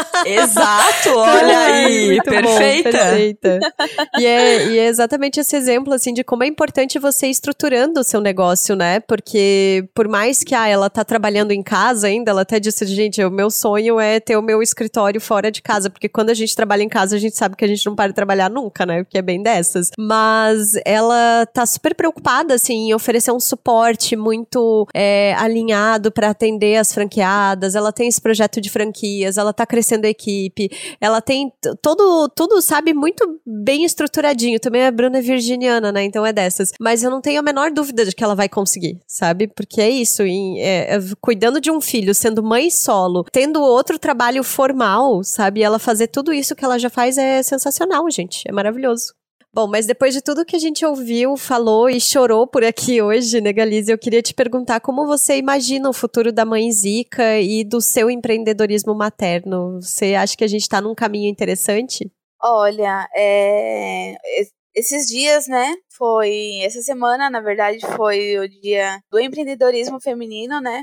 Exato, olha aí, muito perfeita. Bom, perfeita. E é, e é exatamente esse exemplo, assim, de como é importante você ir estruturando o seu negócio, né? Porque por mais que ah, ela tá trabalhando em casa ainda, ela até disse, gente, o meu sonho é ter o meu escritório fora de casa, porque quando a gente trabalha em casa, a gente sabe que a gente não para de trabalhar nunca, né? Porque é bem dessas. Mas ela tá super preocupada, assim, em oferecer um suporte muito é, alinhado para atender as franqueadas, ela tem esse projeto de franquias, ela tá crescendo a equipe, ela tem t- todo, tudo, sabe, muito bem estruturadinho. Também a Bruna é virginiana, né, então é dessas. Mas eu não tenho a menor dúvida de que ela vai conseguir, sabe, porque é isso, em, é, é, cuidando de um filho, sendo mãe solo, tendo outro trabalho formal, sabe, ela fazer tudo isso que ela já faz é sensacional, gente, é maravilhoso. Bom, mas depois de tudo que a gente ouviu, falou e chorou por aqui hoje, né, Galize, eu queria te perguntar como você imagina o futuro da mãe Zica e do seu empreendedorismo materno. Você acha que a gente está num caminho interessante? Olha, é, esses dias, né, foi, essa semana, na verdade, foi o dia do empreendedorismo feminino, né,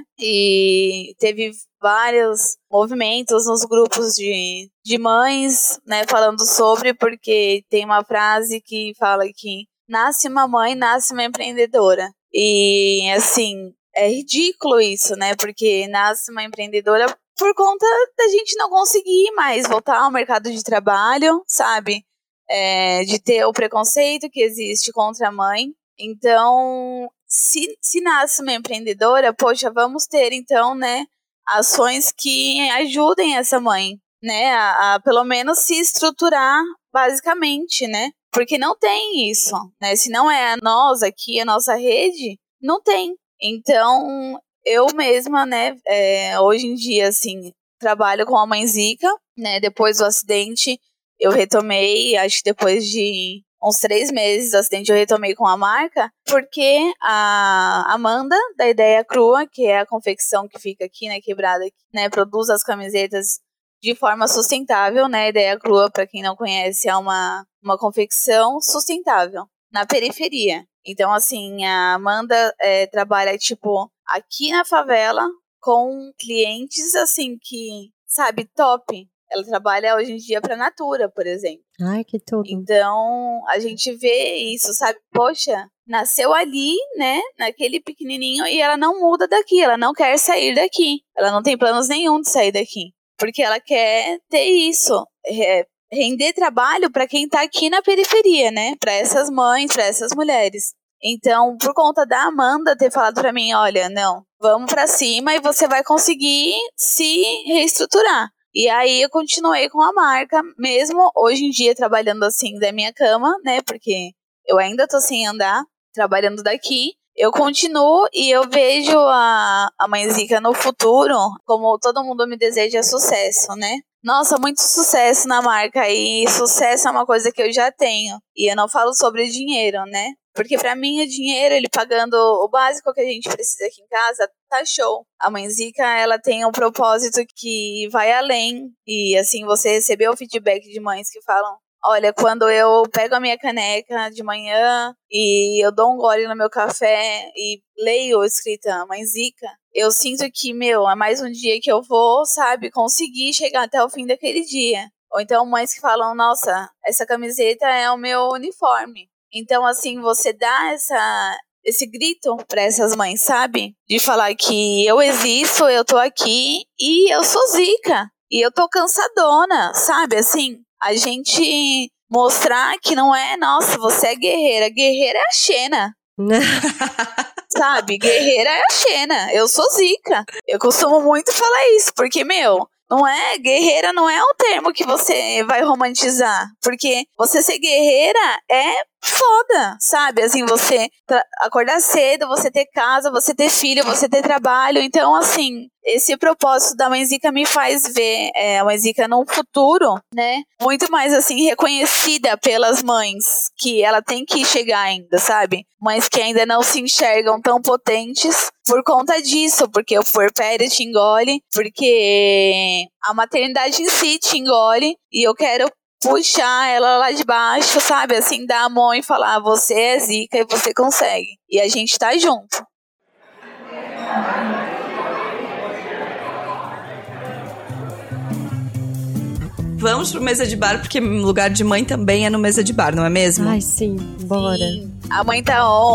e teve vários movimentos nos grupos de, de mães, né, falando sobre, porque tem uma frase que fala que nasce uma mãe, nasce uma empreendedora. E, assim, é ridículo isso, né, porque nasce uma empreendedora por conta da gente não conseguir mais voltar ao mercado de trabalho, sabe? É, de ter o preconceito que existe contra a mãe. Então, se, se nasce uma empreendedora, poxa, vamos ter, então, né, ações que ajudem essa mãe, né, a, a pelo menos se estruturar basicamente, né, porque não tem isso, né, se não é a nós aqui, a nossa rede, não tem. Então, eu mesma, né, é, hoje em dia, assim, trabalho com a mãe Zica, né, depois do acidente, eu retomei, acho que depois de uns três meses do acidente eu retomei com a marca, porque a Amanda, da Ideia Crua, que é a confecção que fica aqui na Quebrada, né, produz as camisetas de forma sustentável, né, Ideia Crua, para quem não conhece, é uma, uma confecção sustentável, na periferia. Então, assim, a Amanda é, trabalha, tipo, aqui na favela, com clientes, assim, que, sabe, top. Ela trabalha hoje em dia para a Natura, por exemplo. Ai, que tudo. Então, a gente vê isso, sabe? Poxa, nasceu ali, né? Naquele pequenininho e ela não muda daqui. Ela não quer sair daqui. Ela não tem planos nenhum de sair daqui. Porque ela quer ter isso. É, render trabalho para quem tá aqui na periferia, né? Para essas mães, para essas mulheres. Então, por conta da Amanda ter falado para mim, olha, não, vamos para cima e você vai conseguir se reestruturar. E aí eu continuei com a marca, mesmo hoje em dia trabalhando assim da minha cama, né? Porque eu ainda tô sem andar, trabalhando daqui. Eu continuo e eu vejo a, a Mãe Zica no futuro, como todo mundo me deseja sucesso, né? Nossa, muito sucesso na marca e sucesso é uma coisa que eu já tenho. E eu não falo sobre dinheiro, né? Porque pra mim o dinheiro, ele pagando o básico que a gente precisa aqui em casa, tá show. A Mãe Zica, ela tem um propósito que vai além. E assim, você recebeu o feedback de mães que falam, olha, quando eu pego a minha caneca de manhã e eu dou um gole no meu café e leio escrita Mãe Zica, eu sinto que, meu, é mais um dia que eu vou, sabe, conseguir chegar até o fim daquele dia. Ou então mães que falam, nossa, essa camiseta é o meu uniforme. Então, assim, você dá essa, esse grito para essas mães, sabe? De falar que eu existo, eu tô aqui e eu sou zica. E eu tô cansadona, sabe? Assim, a gente mostrar que não é, nossa, você é guerreira. Guerreira é a Xena. Sabe? Guerreira é a Xena. Eu sou zica. Eu costumo muito falar isso, porque, meu, não é, guerreira não é um termo que você vai romantizar, porque você ser guerreira é foda, sabe? Assim, você tra- acordar cedo, você ter casa, você ter filho, você ter trabalho. Então, assim, esse propósito da Mãe Zica me faz ver é, a Mãe Zica num futuro, né? Muito mais, assim, reconhecida pelas mães, que ela tem que chegar ainda, sabe? Mães que ainda não se enxergam tão potentes por conta disso, porque o puerpério te engole, porque a maternidade em si te engole, e eu quero puxar ela lá de baixo, sabe? Assim, dar a mão e falar, você é zica e você consegue. E a gente tá junto. Vamos pro Mesa de Bar, porque lugar de mãe também é no Mesa de Bar, não é mesmo? Ai, sim, bora. Sim, a mãe tá on.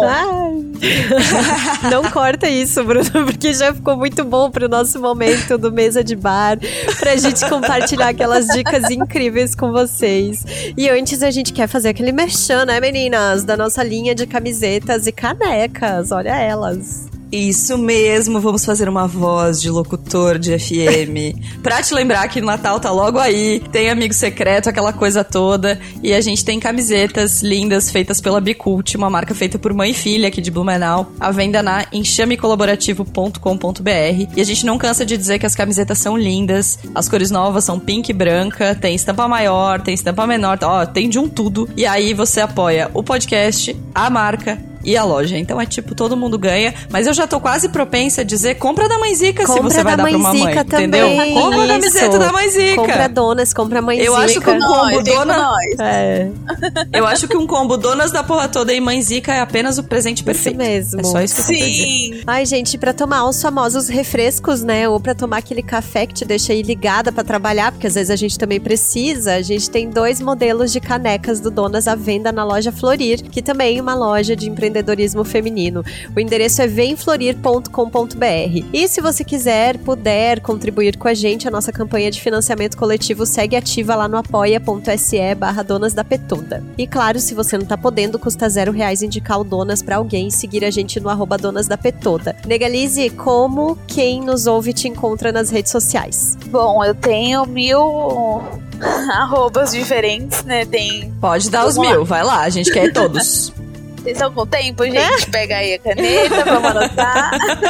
Ai. Não corta isso, Bruno, porque já ficou muito bom pro nosso momento do Mesa de Bar, pra gente compartilhar aquelas dicas incríveis com vocês. E antes a gente quer fazer aquele merchan, né, meninas? Da nossa linha de camisetas e canecas, olha elas. Isso mesmo, vamos fazer uma voz de locutor de F M. Pra te lembrar que o Natal tá logo aí, tem amigo secreto, aquela coisa toda. E a gente tem camisetas lindas feitas pela Bicult, uma marca feita por mãe e filha aqui de Blumenau, à venda na enxame colaborativo ponto com ponto b r. E a gente não cansa de dizer que as camisetas são lindas, as cores novas são pink e branca, tem estampa maior, tem estampa menor, ó, tem de um tudo. E aí você apoia o podcast, a marca e a loja. Então é tipo, todo mundo ganha. Mas eu já tô quase propensa a dizer, compra da Mãe Zica se você vai dar pra uma mãe. Entendeu? Compra a camiseta da Mãe Zica. Compra donas, compra a Mãe Zica. Eu acho que um combo dona... É. Eu acho que um combo donas da porra toda e Mãe Zica é apenas o presente perfeito. Isso mesmo. É só isso que eu tenho Sim. dizer. Ai, gente, pra tomar os famosos refrescos, né? Ou pra tomar aquele café que te deixa aí ligada pra trabalhar, porque às vezes a gente também precisa. A gente tem dois modelos de canecas do Donas à venda na loja Florir, que também é uma loja de empreendedorismo feminino. O endereço é vem florir ponto com ponto b r. E se você quiser, puder contribuir com a gente, a nossa campanha de financiamento coletivo segue ativa lá no apoia.se barra Donas da Petoda. E claro, se você não tá podendo, custa zero reais indicar o Donas pra alguém e seguir a gente no arroba Donas da Petoda. Negalize, como quem nos ouve te encontra nas redes sociais? Bom, eu tenho mil arrobas diferentes, né? Tem... Pode dar os mil, vai lá, a gente quer todos. Vocês estão com tempo, gente? Pega aí a caneta, vamos anotar.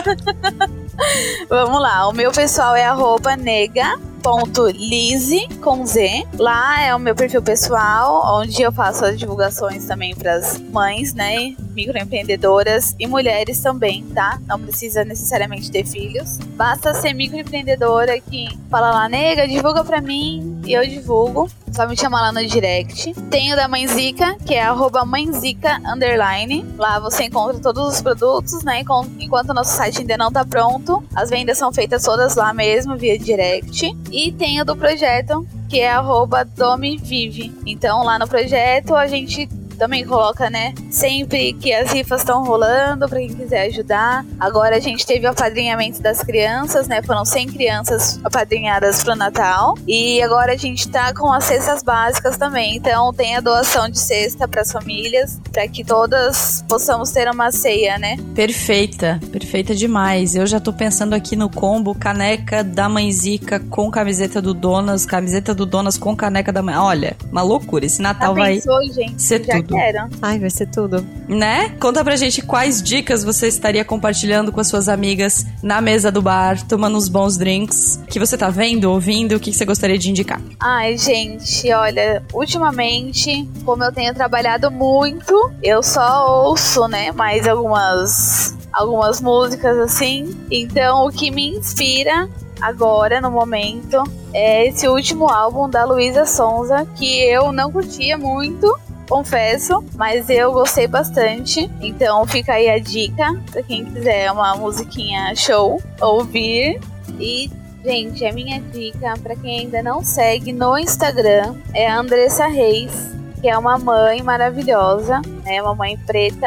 Vamos lá, o meu pessoal é arroba nega ponto lise com Z. Lá é o meu perfil pessoal, onde eu faço as divulgações também para as mães, né, microempreendedoras e mulheres também, tá? Não precisa necessariamente ter filhos. Basta ser microempreendedora que fala lá, nega, divulga pra mim e eu divulgo. Só me chamar lá no direct. Tem o da Mãe Zica, que é arroba mãezica underline. Lá você encontra todos os produtos, né? Enquanto o nosso site ainda não tá pronto, as vendas são feitas todas lá mesmo, via direct. E tem o do projeto, que é arroba domivive. Então lá no projeto a gente também coloca, né, sempre que as rifas estão rolando pra quem quiser ajudar. Agora a gente teve o apadrinhamento das crianças, né, foram cem crianças apadrinhadas pro Natal. E agora a gente tá com as cestas básicas também, então tem a doação de cesta pras famílias, pra que todas possamos ter uma ceia, né. Perfeita, perfeita demais. Eu já tô pensando aqui no combo caneca da Mãe Zica com camiseta do Donas, camiseta do Donas com caneca da mãe. Olha, uma loucura, esse Natal Já vai pensou, gente? ser Já tudo. Quero. Ai, vai ser tudo. Né? Conta pra gente quais dicas você estaria compartilhando com as suas amigas na mesa do bar, tomando uns bons drinks, que você tá vendo, ouvindo, o que você gostaria de indicar? Ai, gente, olha, ultimamente, como eu tenho trabalhado muito, eu só ouço, né, mais algumas, algumas músicas assim. Então, o que me inspira agora, no momento, é esse último álbum da Luísa Sonza, que eu não curtia muito, confesso, mas eu gostei bastante. Então fica aí a dica pra quem quiser uma musiquinha show ouvir. E, gente, a minha dica pra quem ainda não segue no Instagram é a Andressa Reis, que é uma mãe maravilhosa, né, uma mãe preta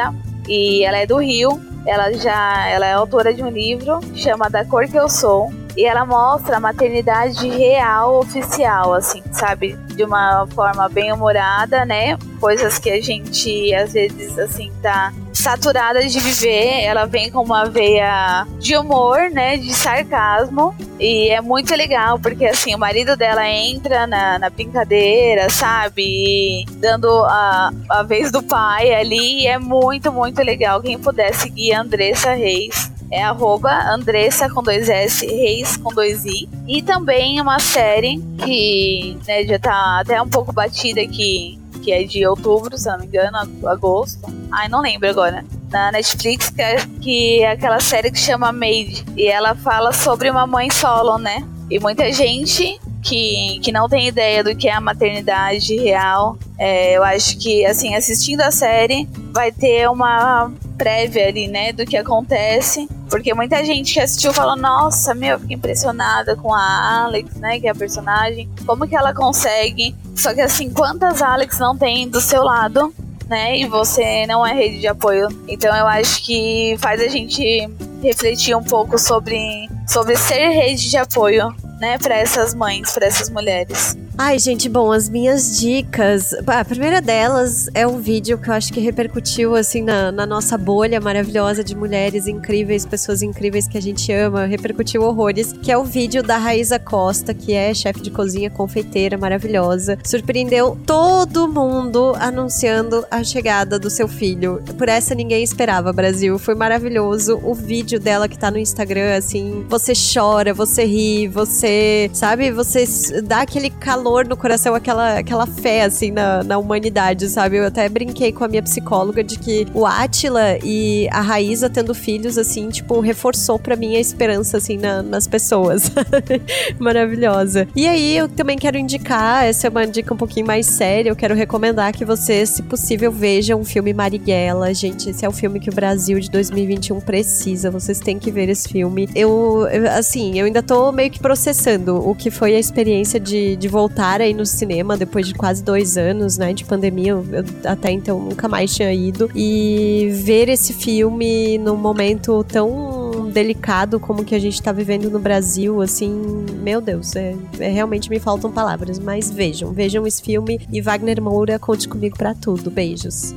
e ela é do Rio. Ela já ela é autora de um livro, chama Da Cor Que Eu Sou. E ela mostra a maternidade real, oficial, assim, sabe? De uma forma bem humorada, né? Coisas que a gente, às vezes, assim, tá saturada de viver. Ela vem com uma veia de humor, né? De sarcasmo. E é muito legal, porque, assim, o marido dela entra na, na brincadeira, sabe? E dando a, a vez do pai ali. E é muito, muito legal. Quem puder seguir a Andressa Reis. É arroba Andressa com dois S, Reis com dois I. E também uma série que, né, já tá até um pouco batida aqui, que é de outubro, se não me engano, agosto. Ai, não lembro agora. Na Netflix, que é, que é aquela série que chama Made. E ela fala sobre uma mãe solo, né? E muita gente que, que não tem ideia do que é a maternidade real, é, eu acho que, assim, assistindo a série, vai ter uma prévia ali, né, do que acontece. Porque muita gente que assistiu falou, nossa, meu, eu fiquei impressionada com a Alex, né, que é a personagem. Como que ela consegue? Só que, assim, quantas Alex não tem do seu lado, né, e você não é rede de apoio? Então eu acho que faz a gente refletir um pouco sobre, sobre ser rede de apoio, né, para essas mães, para essas mulheres. Ai, gente, bom, as minhas dicas... A primeira delas é um vídeo que eu acho que repercutiu, assim, na, na nossa bolha maravilhosa de mulheres incríveis, pessoas incríveis que a gente ama, repercutiu horrores, que é o vídeo da Raíza Costa, que é chefe de cozinha, confeiteira maravilhosa. Surpreendeu todo mundo anunciando a chegada do seu filho. Por essa ninguém esperava, Brasil. Foi maravilhoso. O vídeo dela que tá no Instagram, assim, você chora, você ri, você, sabe, você dá aquele calor no coração, aquela, aquela fé, assim, na, na humanidade, sabe? Eu até brinquei com a minha psicóloga de que o Átila e a Raíza tendo filhos, assim, tipo, reforçou pra mim a esperança, assim, na, nas pessoas. Maravilhosa. E aí, eu também quero indicar, essa é uma dica um pouquinho mais séria, eu quero recomendar que vocês, se possível, vejam o filme Marighella. Gente, esse é o filme que o Brasil de dois mil e vinte e um precisa, vocês têm que ver esse filme. Eu, eu assim, eu ainda tô meio que processando o que foi a experiência de, de voltar aí no cinema depois de quase dois anos, né, de pandemia. Eu, eu até então nunca mais tinha ido. E ver esse filme num momento tão delicado como que a gente tá vivendo no Brasil, assim, meu Deus, é, é, realmente me faltam palavras, mas vejam, vejam esse filme e Wagner Moura, conte comigo pra tudo. Beijos.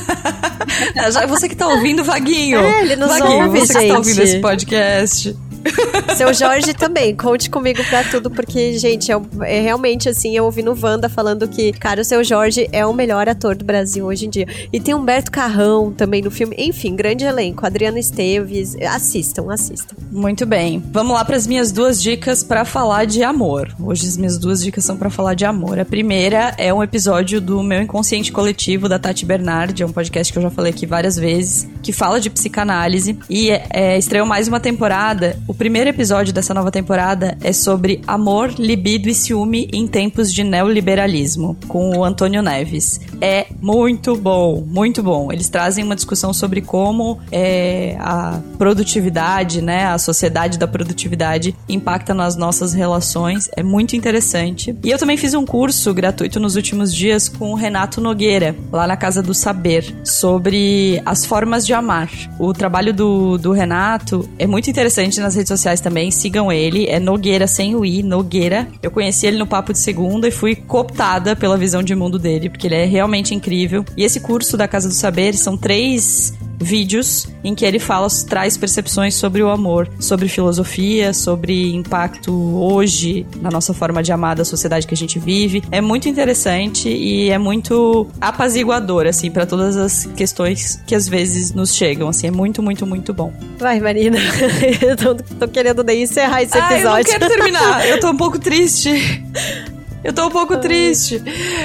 Já você que tá ouvindo, Vaguinho. É, ele nos Vaguinho, ouve, você gente. que tá ouvindo esse podcast. Seu Jorge também, conte comigo pra tudo, porque, gente, é, é realmente assim, eu ouvi no Wanda falando que, cara, o Seu Jorge é o melhor ator do Brasil hoje em dia. E tem Humberto Carrão também no filme, enfim, grande elenco, Adriana Esteves, assistam, assistam. Muito bem, vamos lá pras minhas duas dicas pra falar de amor. Hoje as minhas duas dicas são pra falar de amor. A primeira é um episódio do Meu Inconsciente Coletivo, da Tati Bernardi, é um podcast que eu já falei aqui várias vezes, que fala de psicanálise, e é, é, estreou mais uma temporada. O primeiro episódio dessa nova temporada é sobre amor, libido e ciúme em tempos de neoliberalismo, com o Antônio Neves. É muito bom, muito bom. Eles trazem uma discussão sobre como é, a produtividade, né, a sociedade da produtividade impacta nas nossas relações. É muito interessante. E eu também fiz um curso gratuito nos últimos dias com o Renato Nogueira, lá na Casa do Saber, sobre as formas de amar. O trabalho do, do Renato é muito interessante nas redes sociais também, sigam ele, é Nogueira sem o I, Nogueira. Eu conheci ele no Papo de Segunda e fui cooptada pela visão de mundo dele, porque ele é realmente incrível. E esse curso da Casa do Saber são três vídeos em que ele fala, traz percepções sobre o amor, sobre filosofia, sobre impacto hoje na nossa forma de amar da sociedade que a gente vive. É muito interessante e é muito apaziguador, assim, pra todas as questões que às vezes nos chegam, assim, é muito, muito, muito bom. Vai, Marina, eu tô, tô querendo nem encerrar esse ah, episódio. Ah, eu não quero terminar, eu tô um pouco triste. Eu tô um pouco triste.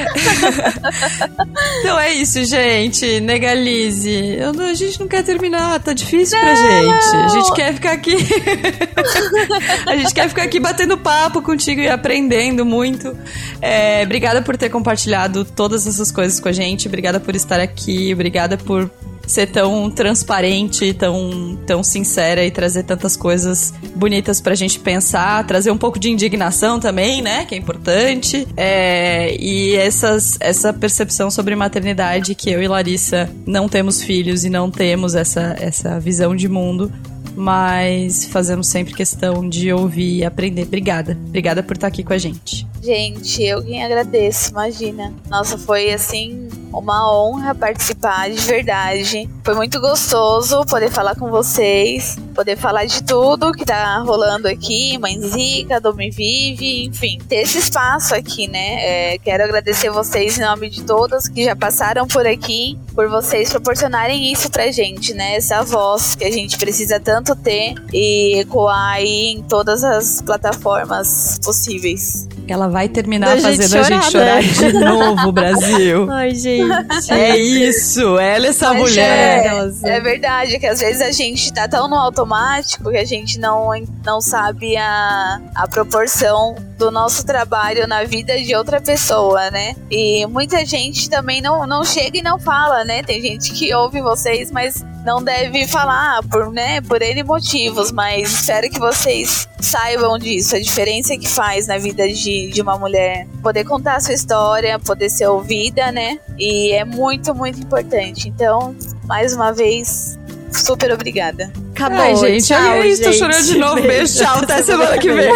Então é isso, gente. Negalize. Eu, a gente não quer terminar, tá difícil não. pra gente. A gente quer ficar aqui. A gente quer ficar aqui batendo papo contigo e aprendendo muito. É, obrigada por ter compartilhado todas essas coisas com a gente. Obrigada por estar aqui. Obrigada por ser tão transparente, tão, tão sincera e trazer tantas coisas bonitas pra gente pensar, trazer um pouco de indignação também, né, que é importante, é, e essas, essa percepção sobre maternidade que eu e Larissa não temos filhos e não temos essa, essa visão de mundo, mas fazemos sempre questão de ouvir e aprender. Obrigada. Obrigada por estar aqui com a gente. Gente, eu quem agradeço, imagina. Nossa, foi assim uma honra participar, de verdade. Foi muito gostoso poder falar com vocês, poder falar de tudo que tá rolando aqui, Mãe Zica, Domi Vive, enfim, ter esse espaço aqui, né? É, quero agradecer vocês em nome de todas que já passaram por aqui, por vocês proporcionarem isso pra gente, né? Essa voz que a gente precisa tanto ter e ecoar aí em todas as plataformas possíveis. Ela vai terminar Da fazendo gente a gente chorar chorar, de novo, Brasil. Ai, gente. É isso, ela é essa Mas mulher. É, é verdade, que às vezes a gente tá tão no automático que a gente não, não sabe a, a proporção do nosso trabalho na vida de outra pessoa, né? E muita gente também não, não chega e não fala, né? Tem gente que ouve vocês, mas não deve falar por, né, por N motivos, mas espero que vocês saibam disso, a diferença que faz na vida de, de uma mulher. Poder contar a sua história, poder ser ouvida, né? E é muito, muito importante. Então, mais uma vez, super obrigada. Acabou, Ai, gente, tchau, é isso, tô gente. chorando de novo. Beijo, tchau, até semana que vem.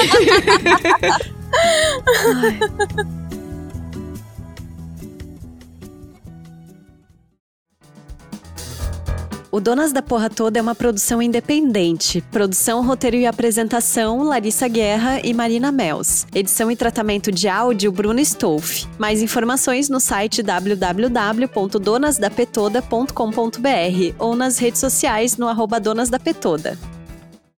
O Donas da Porra Toda é uma produção independente. Produção, roteiro e apresentação, Larissa Guerra e Marina Mels. Edição e tratamento de áudio, Bruno Stolf. Mais informações no site w w w ponto donas da petoda ponto com ponto b r ou nas redes sociais no arroba Donas da Petoda.